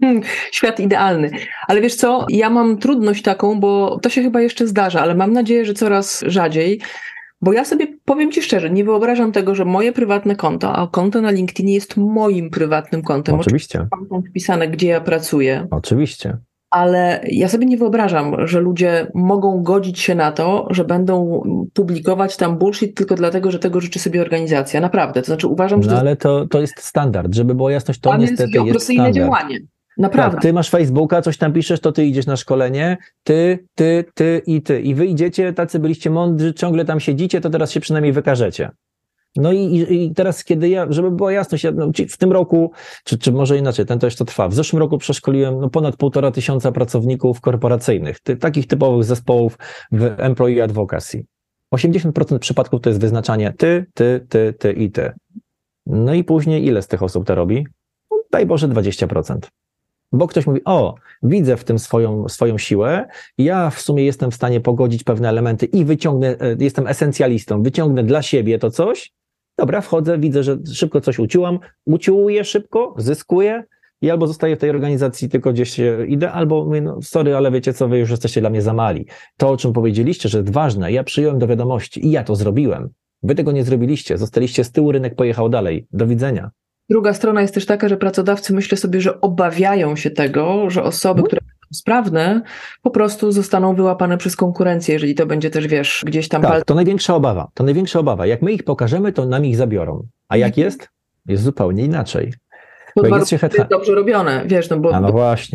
Świat idealny. Ale wiesz co, ja mam trudność taką, bo to się chyba jeszcze zdarza, ale mam nadzieję, że coraz rzadziej. Bo ja sobie, powiem ci szczerze, nie wyobrażam tego, że moje prywatne konto, a konto na LinkedInie jest moim prywatnym kontem. Oczywiście. Mam tam wpisane, gdzie ja pracuję. Oczywiście. Ale ja sobie nie wyobrażam, że ludzie mogą godzić się na to, że będą publikować tam bullshit tylko dlatego, że tego życzy sobie organizacja. Naprawdę. To znaczy uważam, że No ale to jest standard. Żeby była jasność, to niestety jest standard. działanie. Naprawdę. Tak, ty masz Facebooka, coś tam piszesz, to ty idziesz na szkolenie, ty i ty. I wy idziecie, tacy byliście mądrzy, ciągle tam siedzicie, to teraz się przynajmniej wykażecie. No i teraz, kiedy żeby była jasność, w tym roku, czy może inaczej, ten to jeszcze trwa, w zeszłym roku przeszkoliłem ponad 1500 pracowników korporacyjnych, takich typowych zespołów w Employee Advocacy. 80% przypadków to jest wyznaczanie ty i ty. No i później ile z tych osób to robi? Daj Boże 20%. Bo ktoś mówi, widzę w tym swoją siłę, ja w sumie jestem w stanie pogodzić pewne elementy i jestem esencjalistą, wyciągnę dla siebie to coś, dobra, wchodzę, widzę, że szybko coś uciułuję szybko, zyskuję i albo zostaję w tej organizacji, tylko gdzieś idę, albo mówię, sorry, ale wiecie co, wy już jesteście dla mnie za mali. To, o czym powiedzieliście, że jest ważne, ja przyjąłem do wiadomości i ja to zrobiłem. Wy tego nie zrobiliście, zostaliście z tyłu, rynek pojechał dalej. Do widzenia. Druga strona jest też taka, że pracodawcy myślę sobie, że obawiają się tego, że osoby, które są sprawne, po prostu zostaną wyłapane przez konkurencję, jeżeli to będzie też, gdzieś tam... Tak, to największa obawa. Jak my ich pokażemy, to nam ich zabiorą. A jak jest? Jest zupełnie inaczej. Jest dobrze robione, A no właśnie.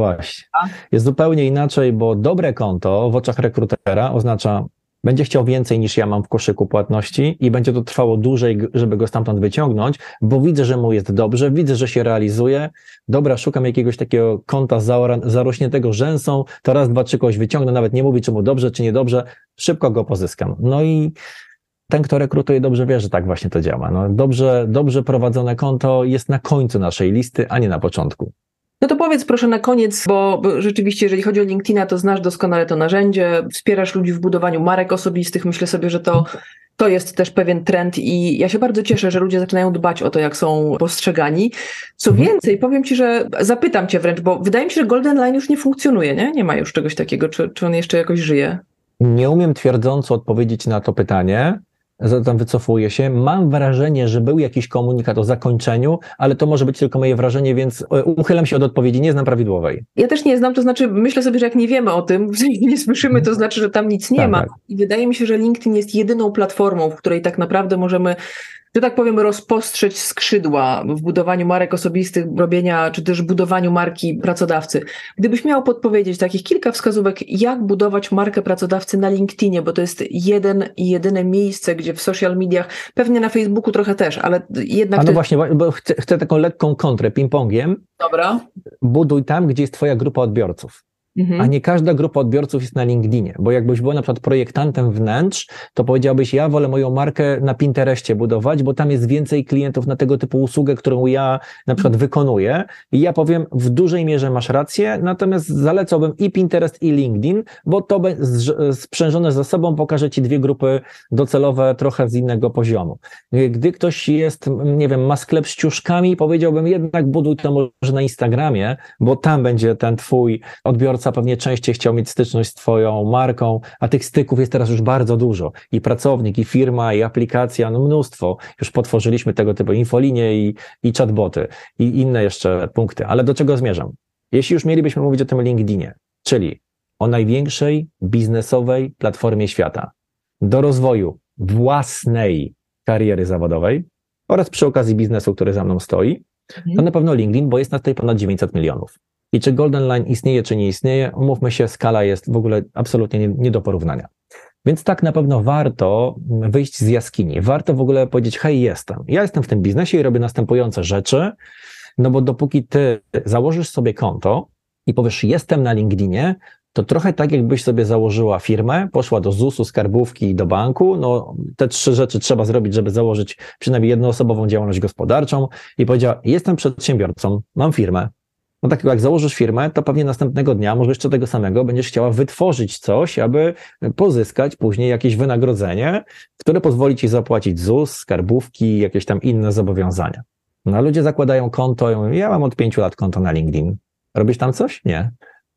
Jest zupełnie inaczej, bo dobre konto w oczach rekrutera oznacza, będzie chciał więcej niż ja mam w koszyku płatności i będzie to trwało dłużej, żeby go stamtąd wyciągnąć, bo widzę, że mu jest dobrze, widzę, że się realizuje. Dobra, szukam jakiegoś takiego konta zarośniętego rzęsą, to raz, dwa, trzy kogoś wyciągnę, nawet nie mówi, czy mu dobrze, czy niedobrze, szybko go pozyskam. No i ten, kto rekrutuje, dobrze wie, że tak właśnie to działa. Dobrze prowadzone konto jest na końcu naszej listy, a nie na początku. No to powiedz proszę na koniec, bo rzeczywiście, jeżeli chodzi o LinkedIna, to znasz doskonale to narzędzie, wspierasz ludzi w budowaniu marek osobistych. Myślę sobie, że to jest też pewien trend i ja się bardzo cieszę, że ludzie zaczynają dbać o to, jak są postrzegani. Co więcej, powiem ci, że zapytam cię wręcz, bo wydaje mi się, że Golden Line już nie funkcjonuje, nie? Nie ma już czegoś takiego. Czy on jeszcze jakoś żyje? Nie umiem twierdząco odpowiedzieć na to pytanie. Zatem wycofuję się. Mam wrażenie, że był jakiś komunikat o zakończeniu, ale to może być tylko moje wrażenie, więc uchylam się od odpowiedzi, nie znam prawidłowej. Ja też nie znam, to znaczy myślę sobie, że jak nie wiemy o tym, nie słyszymy, to znaczy, że tam nic nie ma. Tak. I wydaje mi się, że LinkedIn jest jedyną platformą, w której tak naprawdę możemy, że tak powiem, rozpostrzeć skrzydła w budowaniu marek osobistych, robienia, czy też budowaniu marki pracodawcy. Gdybyś miał podpowiedzieć takich kilka wskazówek, jak budować markę pracodawcy na LinkedInie, bo to jest jedyne miejsce, gdzie w social mediach, pewnie na Facebooku trochę też, ale jednak... No właśnie, bo chcę taką lekką kontrę ping-pongiem. Dobra. Buduj tam, gdzie jest twoja grupa odbiorców. A nie każda grupa odbiorców jest na LinkedInie, bo jakbyś był na przykład projektantem wnętrz, to powiedziałbyś, ja wolę moją markę na Pinterestie budować, bo tam jest więcej klientów na tego typu usługę, którą ja na przykład wykonuję i ja powiem, w dużej mierze masz rację, natomiast zalecałbym i Pinterest i LinkedIn, bo to sprzężone ze sobą pokaże ci dwie grupy docelowe trochę z innego poziomu. Gdy ktoś jest, nie wiem, ma sklep z ciuszkami, powiedziałbym jednak buduj to może na Instagramie, bo tam będzie ten twój odbiorca pewnie częściej chciał mieć styczność z twoją marką, a tych styków jest teraz już bardzo dużo. I pracownik, i firma, i aplikacja, mnóstwo. Już potworzyliśmy tego typu infolinie i chatboty i inne jeszcze punkty. Ale do czego zmierzam? Jeśli już mielibyśmy mówić o tym LinkedInie, czyli o największej biznesowej platformie świata do rozwoju własnej kariery zawodowej oraz przy okazji biznesu, który za mną stoi, to na pewno LinkedIn, bo jest nas tutaj ponad 900 milionów. I czy Golden Line istnieje, czy nie istnieje, umówmy się, skala jest w ogóle absolutnie nie do porównania. Więc tak na pewno warto wyjść z jaskini. Warto w ogóle powiedzieć, hej, ja jestem w tym biznesie i robię następujące rzeczy, no bo dopóki ty założysz sobie konto i powiesz, jestem na LinkedInie, to trochę tak, jakbyś sobie założyła firmę, poszła do ZUS-u, skarbówki i do banku, te 3 rzeczy trzeba zrobić, żeby założyć przynajmniej jednoosobową działalność gospodarczą i powiedziała, jestem przedsiębiorcą, mam firmę. No tak jak założysz firmę, to pewnie następnego dnia, może jeszcze tego samego, będziesz chciała wytworzyć coś, aby pozyskać później jakieś wynagrodzenie, które pozwoli ci zapłacić ZUS, skarbówki, jakieś tam inne zobowiązania. No a ludzie zakładają konto i mówią, ja mam od 5 lat konto na LinkedIn. Robisz tam coś? Nie.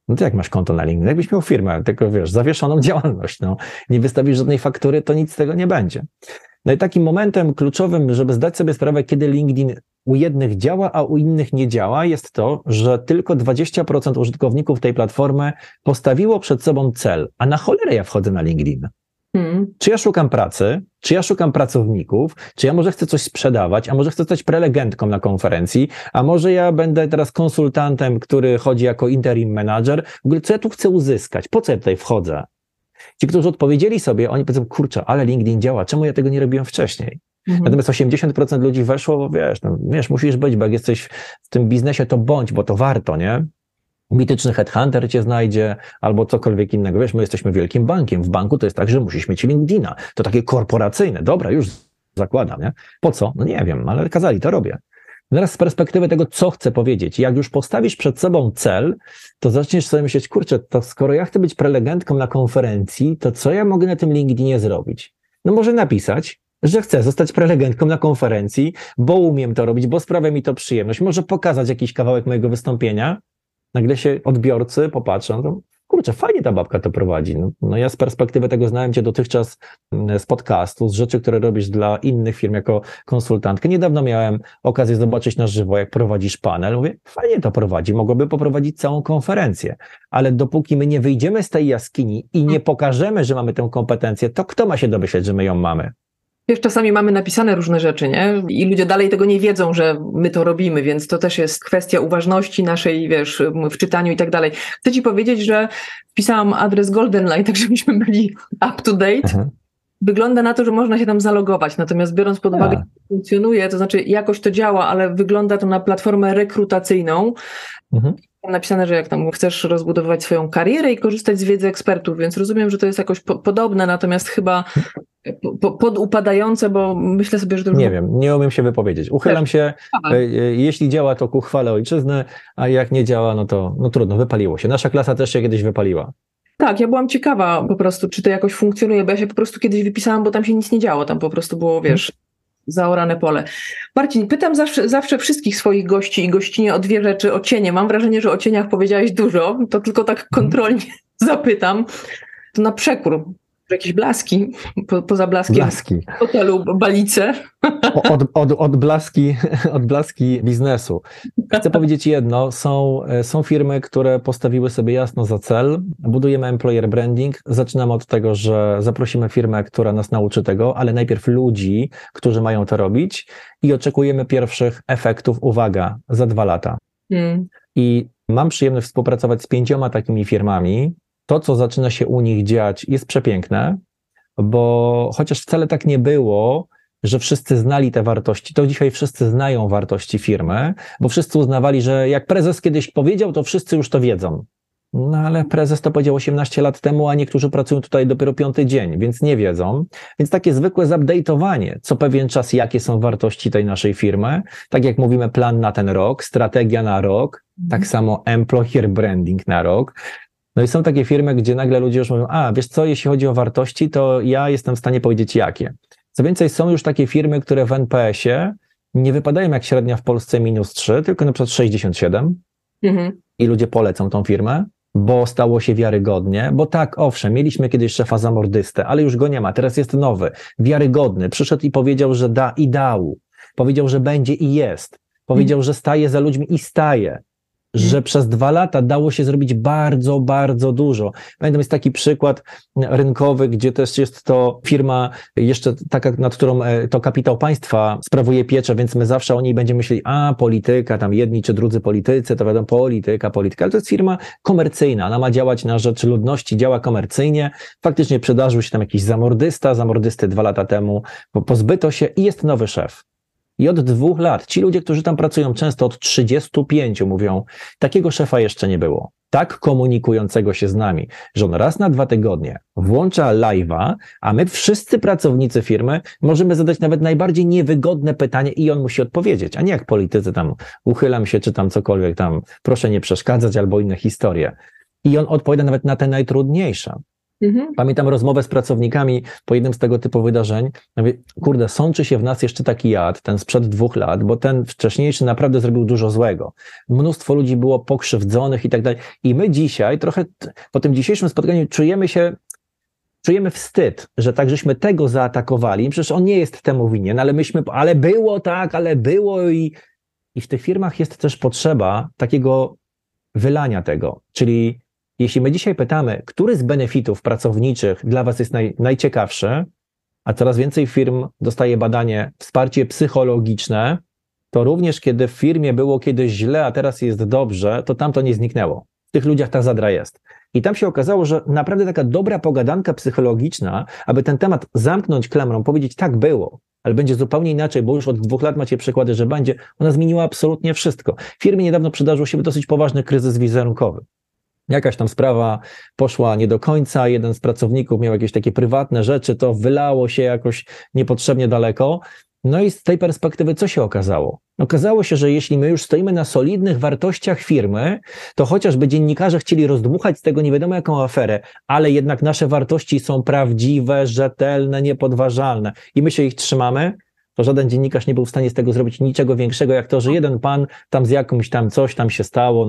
No to jak masz konto na LinkedIn? Jakbyś miał firmę, tylko wiesz, zawieszoną działalność, no, nie wystawisz żadnej faktury, to nic z tego nie będzie. No i takim momentem kluczowym, żeby zdać sobie sprawę, kiedy LinkedIn u jednych działa, a u innych nie działa, jest to, że tylko 20% użytkowników tej platformy postawiło przed sobą cel. A na cholerę ja wchodzę na LinkedIn? Czy ja szukam pracy, czy ja szukam pracowników, czy ja może chcę coś sprzedawać, a może chcę stać prelegentką na konferencji, a może ja będę teraz konsultantem, który chodzi jako interim manager. W ogóle co ja tu chcę uzyskać? Po co ja tutaj wchodzę? Ci, którzy odpowiedzieli sobie, oni powiedzą, kurczę, ale LinkedIn działa, czemu ja tego nie robiłem wcześniej? Natomiast 80% ludzi weszło, bo wiesz, musisz być, bo jak jesteś w tym biznesie, to bądź, bo to warto, nie? Mityczny headhunter cię znajdzie, albo cokolwiek innego. Wiesz, my jesteśmy wielkim bankiem. W banku to jest tak, że musisz mieć LinkedIna. To takie korporacyjne. Dobra, już zakładam, nie? Po co? No nie wiem, ale kazali, to robię. Teraz z perspektywy tego, co chcę powiedzieć. Jak już postawisz przed sobą cel, to zaczniesz sobie myśleć, kurczę, to skoro ja chcę być prelegentką na konferencji, to co ja mogę na tym LinkedInie zrobić? No może napisać, że chcę zostać prelegentką na konferencji, bo umiem to robić, bo sprawia mi to przyjemność. Może pokazać jakiś kawałek mojego wystąpienia. Nagle się odbiorcy popatrzą, to kurczę, fajnie ta babka to prowadzi. No ja z perspektywy tego znałem cię dotychczas z podcastu, z rzeczy, które robisz dla innych firm jako konsultantkę. Niedawno miałem okazję zobaczyć na żywo, jak prowadzisz panel. Mówię, fajnie to prowadzi, mogłoby poprowadzić całą konferencję. Ale dopóki my nie wyjdziemy z tej jaskini i nie pokażemy, że mamy tę kompetencję, to kto ma się domyśleć, że my ją mamy? Wiesz, czasami mamy napisane różne rzeczy, nie? I ludzie dalej tego nie wiedzą, że my to robimy, więc to też jest kwestia uważności naszej, wiesz, w czytaniu i tak dalej. Chcę ci powiedzieć, że wpisałam adres GoldenLine, tak żebyśmy byli up to date. Wygląda na to, że można się tam zalogować, natomiast biorąc pod uwagę, jak funkcjonuje, to znaczy jakoś to działa, ale wygląda to na platformę rekrutacyjną. Tam napisane, że jak tam chcesz rozbudowywać swoją karierę i korzystać z wiedzy ekspertów, więc rozumiem, że to jest jakoś podobne, natomiast chyba podupadające, bo myślę sobie, że to już... Nie wiem, nie umiem się wypowiedzieć. Uchylam się, jeśli działa, to ku chwale ojczyzny, a jak nie działa, no to trudno, wypaliło się. Nasza klasa też się kiedyś wypaliła. Tak, ja byłam ciekawa po prostu, czy to jakoś funkcjonuje, bo ja się po prostu kiedyś wypisałam, bo tam się nic nie działo, tam po prostu było, wiesz, zaorane pole. Marcin, pytam zawsze wszystkich swoich gości i gościnie o dwie rzeczy, o cienie. Mam wrażenie, że o cieniach powiedziałeś dużo, to tylko tak kontrolnie zapytam. To na przekór, jakieś blaski, poza blaskiem w hotelu Balice. Odblaski biznesu. Chcę powiedzieć jedno, są firmy, które postawiły sobie jasno za cel, budujemy employer branding, zaczynamy od tego, że zaprosimy firmę, która nas nauczy tego, ale najpierw ludzi, którzy mają to robić i oczekujemy pierwszych efektów, uwaga, za 2 lata. I mam przyjemność współpracować z 5 takimi firmami. To, co zaczyna się u nich dziać, jest przepiękne, bo chociaż wcale tak nie było, że wszyscy znali te wartości, to dzisiaj wszyscy znają wartości firmy, bo wszyscy uznawali, że jak prezes kiedyś powiedział, to wszyscy już to wiedzą. No ale prezes to powiedział 18 lat temu, a niektórzy pracują tutaj dopiero 5. dzień, więc nie wiedzą. Więc takie zwykłe zupdate'owanie co pewien czas, jakie są wartości tej naszej firmy. Tak jak mówimy, plan na ten rok, strategia na rok, tak samo employer branding na rok. No i są takie firmy, gdzie nagle ludzie już mówią, wiesz co, jeśli chodzi o wartości, to ja jestem w stanie powiedzieć jakie. Co więcej, są już takie firmy, które w NPS-ie nie wypadają jak średnia w Polsce -3, tylko na przykład 67 i ludzie polecą tą firmę, bo stało się wiarygodnie, bo tak, owszem, mieliśmy kiedyś szefa zamordystę, ale już go nie ma, teraz jest nowy, wiarygodny, przyszedł i powiedział, że da i dał, powiedział, że będzie i jest, powiedział, że staje za ludźmi i staje. Że przez 2 lata dało się zrobić bardzo, bardzo dużo. Pamiętam, jest taki przykład rynkowy, gdzie też jest to firma jeszcze taka, nad którą to kapitał państwa sprawuje pieczę, więc my zawsze o niej będziemy myśleli, polityka, tam jedni czy drudzy politycy, to wiadomo, polityka, ale to jest firma komercyjna, ona ma działać na rzecz ludności, działa komercyjnie. Faktycznie przydarzył się tam jakiś zamordysty 2 lata temu, pozbyto się i jest nowy szef. I od 2 lat, ci ludzie, którzy tam pracują, często od 35 mówią, takiego szefa jeszcze nie było, tak komunikującego się z nami, że on raz na 2 tygodnie włącza live'a, a my wszyscy pracownicy firmy możemy zadać nawet najbardziej niewygodne pytanie i on musi odpowiedzieć, a nie jak politycy tam uchylam się, czy tam cokolwiek tam, proszę nie przeszkadzać albo inne historie. I on odpowiada nawet na te najtrudniejsze. Pamiętam rozmowę z pracownikami po jednym z tego typu wydarzeń. Ja mówię, kurde, sączy się w nas jeszcze taki jad, ten sprzed 2 lat, bo ten wcześniejszy naprawdę zrobił dużo złego. Mnóstwo ludzi było pokrzywdzonych i tak dalej. I my dzisiaj trochę po tym dzisiejszym spotkaniu czujemy wstyd, że tak żeśmy tego zaatakowali. Przecież on nie jest temu winien, ale było tak, ale było i w tych firmach jest też potrzeba takiego wylania tego, czyli jeśli my dzisiaj pytamy, który z benefitów pracowniczych dla was jest najciekawszy, a coraz więcej firm dostaje badanie wsparcie psychologiczne, to również kiedy w firmie było kiedyś źle, a teraz jest dobrze, to tam to nie zniknęło. W tych ludziach ta zadra jest. I tam się okazało, że naprawdę taka dobra pogadanka psychologiczna, aby ten temat zamknąć klamrą, powiedzieć tak było, ale będzie zupełnie inaczej, bo już od 2 lat macie przykłady, że będzie, ona zmieniła absolutnie wszystko. W firmie niedawno przydarzył się dosyć poważny kryzys wizerunkowy. Jakaś tam sprawa poszła nie do końca, jeden z pracowników miał jakieś takie prywatne rzeczy, to wylało się jakoś niepotrzebnie daleko. No i z tej perspektywy co się okazało? Okazało się, że jeśli my już stoimy na solidnych wartościach firmy, to chociażby dziennikarze chcieli rozdmuchać z tego nie wiadomo jaką aferę, ale jednak nasze wartości są prawdziwe, rzetelne, niepodważalne i my się ich trzymamy, to żaden dziennikarz nie był w stanie z tego zrobić niczego większego, jak to, że jeden pan tam z jakimś tam coś tam się stało,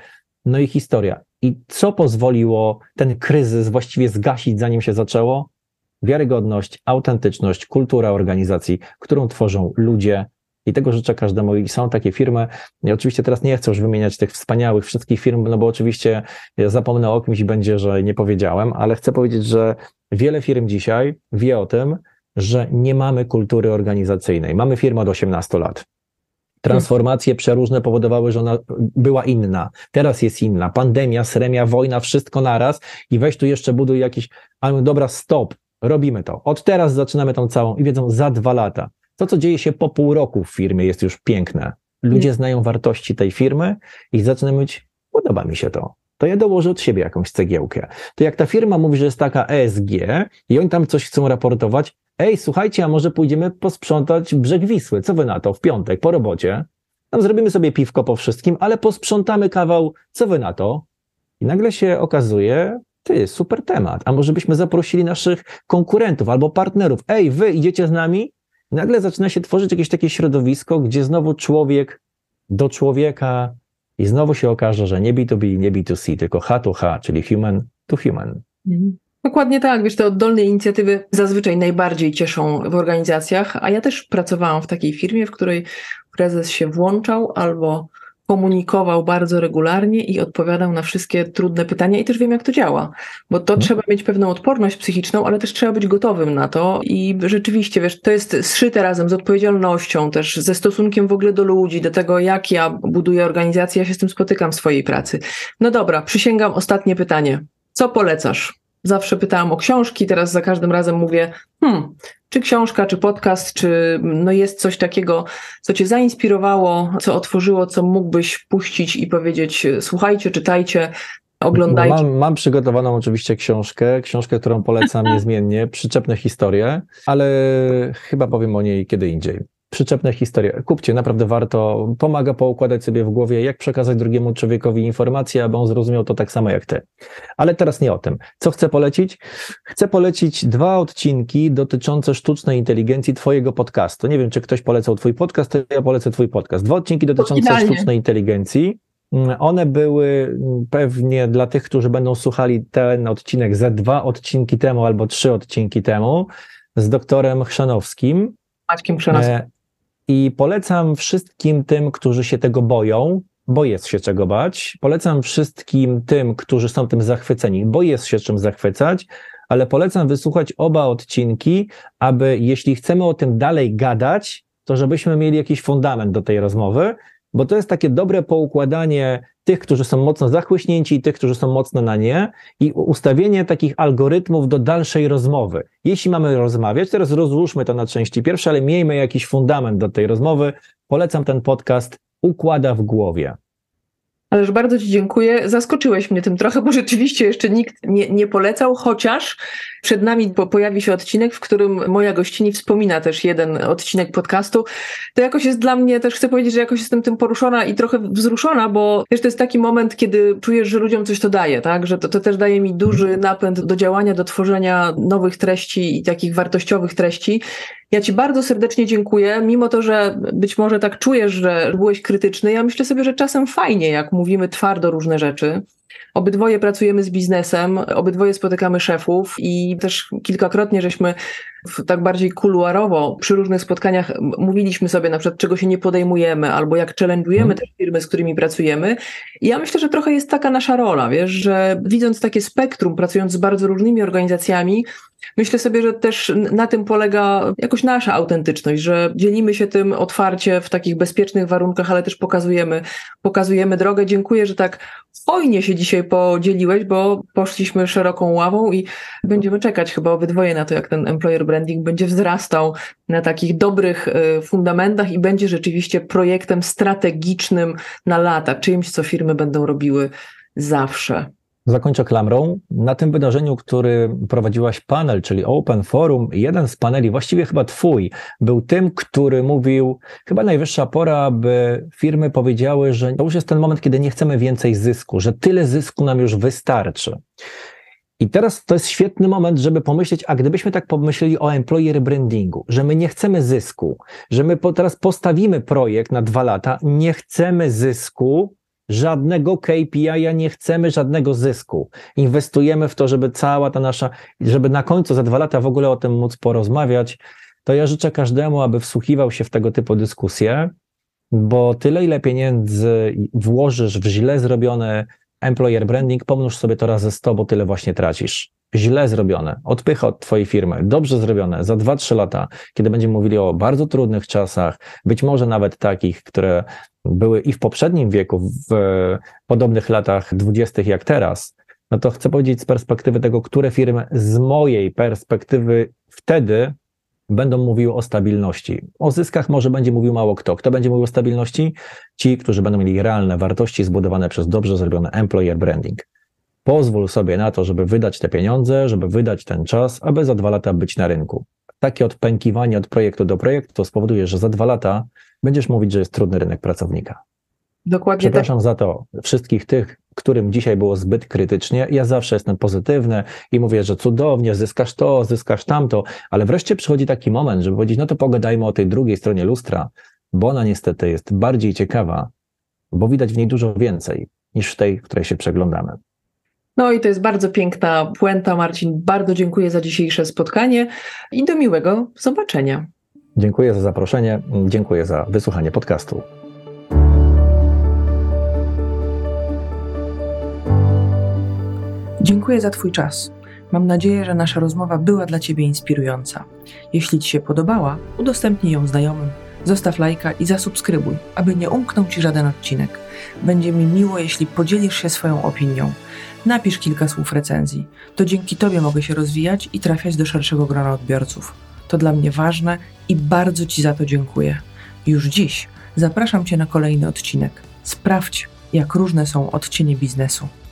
no i historia. I co pozwoliło ten kryzys właściwie zgasić, zanim się zaczęło? Wiarygodność, autentyczność, kultura organizacji, którą tworzą ludzie i tego życzę każdemu i są takie firmy. Ja oczywiście teraz nie chcę już wymieniać tych wspaniałych wszystkich firm, no bo oczywiście ja zapomnę o kimś i będzie, że nie powiedziałem, ale chcę powiedzieć, że wiele firm dzisiaj wie o tym, że nie mamy kultury organizacyjnej. Mamy firmę od 18 lat. Transformacje przeróżne powodowały, że ona była inna. Teraz jest inna. Pandemia, sremia, wojna, wszystko naraz i weź tu jeszcze buduj jakiś, ale dobra, stop, robimy to. Od teraz zaczynamy tą całą i wiedzą za 2 lata. To, co dzieje się po pół roku w firmie jest już piękne. Ludzie znają wartości tej firmy i zaczynają mówić, podoba mi się to. To ja dołożę od siebie jakąś cegiełkę. To jak ta firma mówi, że jest taka ESG i oni tam coś chcą raportować, ej, słuchajcie, a może pójdziemy posprzątać brzeg Wisły, co wy na to w piątek po robocie? Tam zrobimy sobie piwko po wszystkim, ale posprzątamy kawał, co wy na to? I nagle się okazuje, ty, super temat, a może byśmy zaprosili naszych konkurentów albo partnerów, ej, wy idziecie z nami? I nagle zaczyna się tworzyć jakieś takie środowisko, gdzie znowu człowiek do człowieka i znowu się okaże, że nie B2B, nie B2C, tylko H to H, czyli human to human. Dokładnie tak, wiesz, te oddolne inicjatywy zazwyczaj najbardziej cieszą w organizacjach, a ja też pracowałam w takiej firmie, w której prezes się włączał albo komunikował bardzo regularnie i odpowiadał na wszystkie trudne pytania i też wiem, jak to działa, bo to trzeba mieć pewną odporność psychiczną, ale też trzeba być gotowym na to i rzeczywiście, wiesz, to jest zszyte razem z odpowiedzialnością, też ze stosunkiem w ogóle do ludzi, do tego, jak ja buduję organizację, ja się z tym spotykam w swojej pracy. No dobra, przysięgam, ostatnie pytanie. Co polecasz? Zawsze pytałam o książki, teraz za każdym razem mówię, czy książka, czy podcast, czy jest coś takiego, co cię zainspirowało, co otworzyło, co mógłbyś puścić i powiedzieć, słuchajcie, czytajcie, oglądajcie. No mam przygotowaną oczywiście książkę, którą polecam niezmiennie, Przyczepne historie, ale chyba powiem o niej kiedy indziej. Przyczepne historie. Kupcie, naprawdę warto. Pomaga poukładać sobie w głowie, jak przekazać drugiemu człowiekowi informację, aby on zrozumiał to tak samo jak ty. Ale teraz nie o tym. Co chcę polecić? Chcę polecić 2 odcinki dotyczące sztucznej inteligencji twojego podcastu. Nie wiem, czy ktoś polecał twój podcast, to ja polecę twój podcast. 2 odcinki dotyczące sztucznej inteligencji. One były pewnie dla tych, którzy będą słuchali ten odcinek ze 2 odcinki temu albo 3 odcinki temu z doktorem Chrzanowskim. Maćkiem Chrzanowskim. I polecam wszystkim tym, którzy się tego boją, bo jest się czego bać. Polecam wszystkim tym, którzy są tym zachwyceni, bo jest się czym zachwycać, ale polecam wysłuchać oba odcinki, aby jeśli chcemy o tym dalej gadać, to żebyśmy mieli jakiś fundament do tej rozmowy, bo to jest takie dobre poukładanie tych, którzy są mocno zachłyśnięci i tych, którzy są mocno na nie i ustawienie takich algorytmów do dalszej rozmowy. Jeśli mamy rozmawiać, teraz rozłóżmy to na części pierwsze, ale miejmy jakiś fundament do tej rozmowy. Polecam ten podcast Układa w głowie. Ależ bardzo Ci dziękuję. Zaskoczyłeś mnie tym trochę, bo rzeczywiście jeszcze nikt nie polecał, chociaż przed nami pojawi się odcinek, w którym moja gościni wspomina też jeden odcinek podcastu. To jakoś jest dla mnie, też chcę powiedzieć, że jakoś jestem tym poruszona i trochę wzruszona, bo wiesz, to jest taki moment, kiedy czujesz, że ludziom coś to daje, tak? Że to też daje mi duży napęd do działania, do tworzenia nowych treści i takich wartościowych treści. Ja Ci bardzo serdecznie dziękuję, mimo to, że być może tak czujesz, że byłeś krytyczny. Ja myślę sobie, że czasem fajnie, jak mówimy twardo różne rzeczy. Obydwoje pracujemy z biznesem, obydwoje spotykamy szefów i też kilkakrotnie żeśmy tak bardziej kuluarowo przy różnych spotkaniach mówiliśmy sobie na przykład, czego się nie podejmujemy albo jak challenge'ujemy te firmy, z którymi pracujemy. I ja myślę, że trochę jest taka nasza rola, wiesz, że widząc takie spektrum, pracując z bardzo różnymi organizacjami, myślę sobie, że też na tym polega jakoś nasza autentyczność, że dzielimy się tym otwarcie w takich bezpiecznych warunkach, ale też pokazujemy drogę. Dziękuję, że tak hojnie się dzisiaj podzieliłeś, bo poszliśmy szeroką ławą i będziemy czekać chyba obydwoje na to, jak ten employer branding będzie wzrastał na takich dobrych fundamentach i będzie rzeczywiście projektem strategicznym na lata, czymś, co firmy będą robiły zawsze. Zakończę klamrą. Na tym wydarzeniu, który prowadziłaś panel, czyli Open Forum, jeden z paneli, właściwie chyba twój, był tym, który mówił, chyba najwyższa pora, aby firmy powiedziały, że to już jest ten moment, kiedy nie chcemy więcej zysku, że tyle zysku nam już wystarczy. I teraz to jest świetny moment, żeby pomyśleć, a gdybyśmy tak pomyśleli o employer brandingu, że my nie chcemy zysku, że my teraz postawimy projekt na 2 lata, nie chcemy zysku, żadnego KPI, nie chcemy żadnego zysku. Inwestujemy w to, żeby cała ta nasza, żeby na końcu za 2 lata w ogóle o tym móc porozmawiać, to ja życzę każdemu, aby wsłuchiwał się w tego typu dyskusje, bo tyle, ile pieniędzy włożysz w źle zrobiony employer branding, pomnóż sobie to razy 100, bo tyle właśnie tracisz. Źle zrobione, odpycha od twojej firmy, dobrze zrobione, za 2-3 lata, kiedy będziemy mówili o bardzo trudnych czasach, być może nawet takich, które były i w poprzednim wieku, w podobnych latach 20. jak teraz, no to chcę powiedzieć z perspektywy tego, które firmy z mojej perspektywy wtedy będą mówiły o stabilności. O zyskach może będzie mówił mało kto. Kto będzie mówił o stabilności? Ci, którzy będą mieli realne wartości zbudowane przez dobrze zrobiony employer branding. Pozwól sobie na to, żeby wydać te pieniądze, żeby wydać ten czas, aby za 2 lata być na rynku. Takie odpękiwanie od projektu do projektu to spowoduje, że za 2 lata będziesz mówić, że jest trudny rynek pracownika. Dokładnie. Przepraszam za to wszystkich tych, którym dzisiaj było zbyt krytycznie. Ja zawsze jestem pozytywny i mówię, że cudownie, zyskasz to, zyskasz tamto, ale wreszcie przychodzi taki moment, żeby powiedzieć, no to pogadajmy o tej drugiej stronie lustra, bo ona niestety jest bardziej ciekawa, bo widać w niej dużo więcej niż w tej, w której się przeglądamy. No i to jest bardzo piękna puenta, Marcin. Bardzo dziękuję za dzisiejsze spotkanie i do miłego zobaczenia. Dziękuję za zaproszenie, dziękuję za wysłuchanie podcastu. Dziękuję za Twój czas. Mam nadzieję, że nasza rozmowa była dla Ciebie inspirująca. Jeśli Ci się podobała, udostępnij ją znajomym, zostaw lajka i zasubskrybuj, aby nie umknął Ci żaden odcinek. Będzie mi miło, jeśli podzielisz się swoją opinią. Napisz kilka słów recenzji. To dzięki Tobie mogę się rozwijać i trafiać do szerszego grona odbiorców. To dla mnie ważne i bardzo Ci za to dziękuję. Już dziś zapraszam Cię na kolejny odcinek. Sprawdź, jak różne są odcienie biznesu.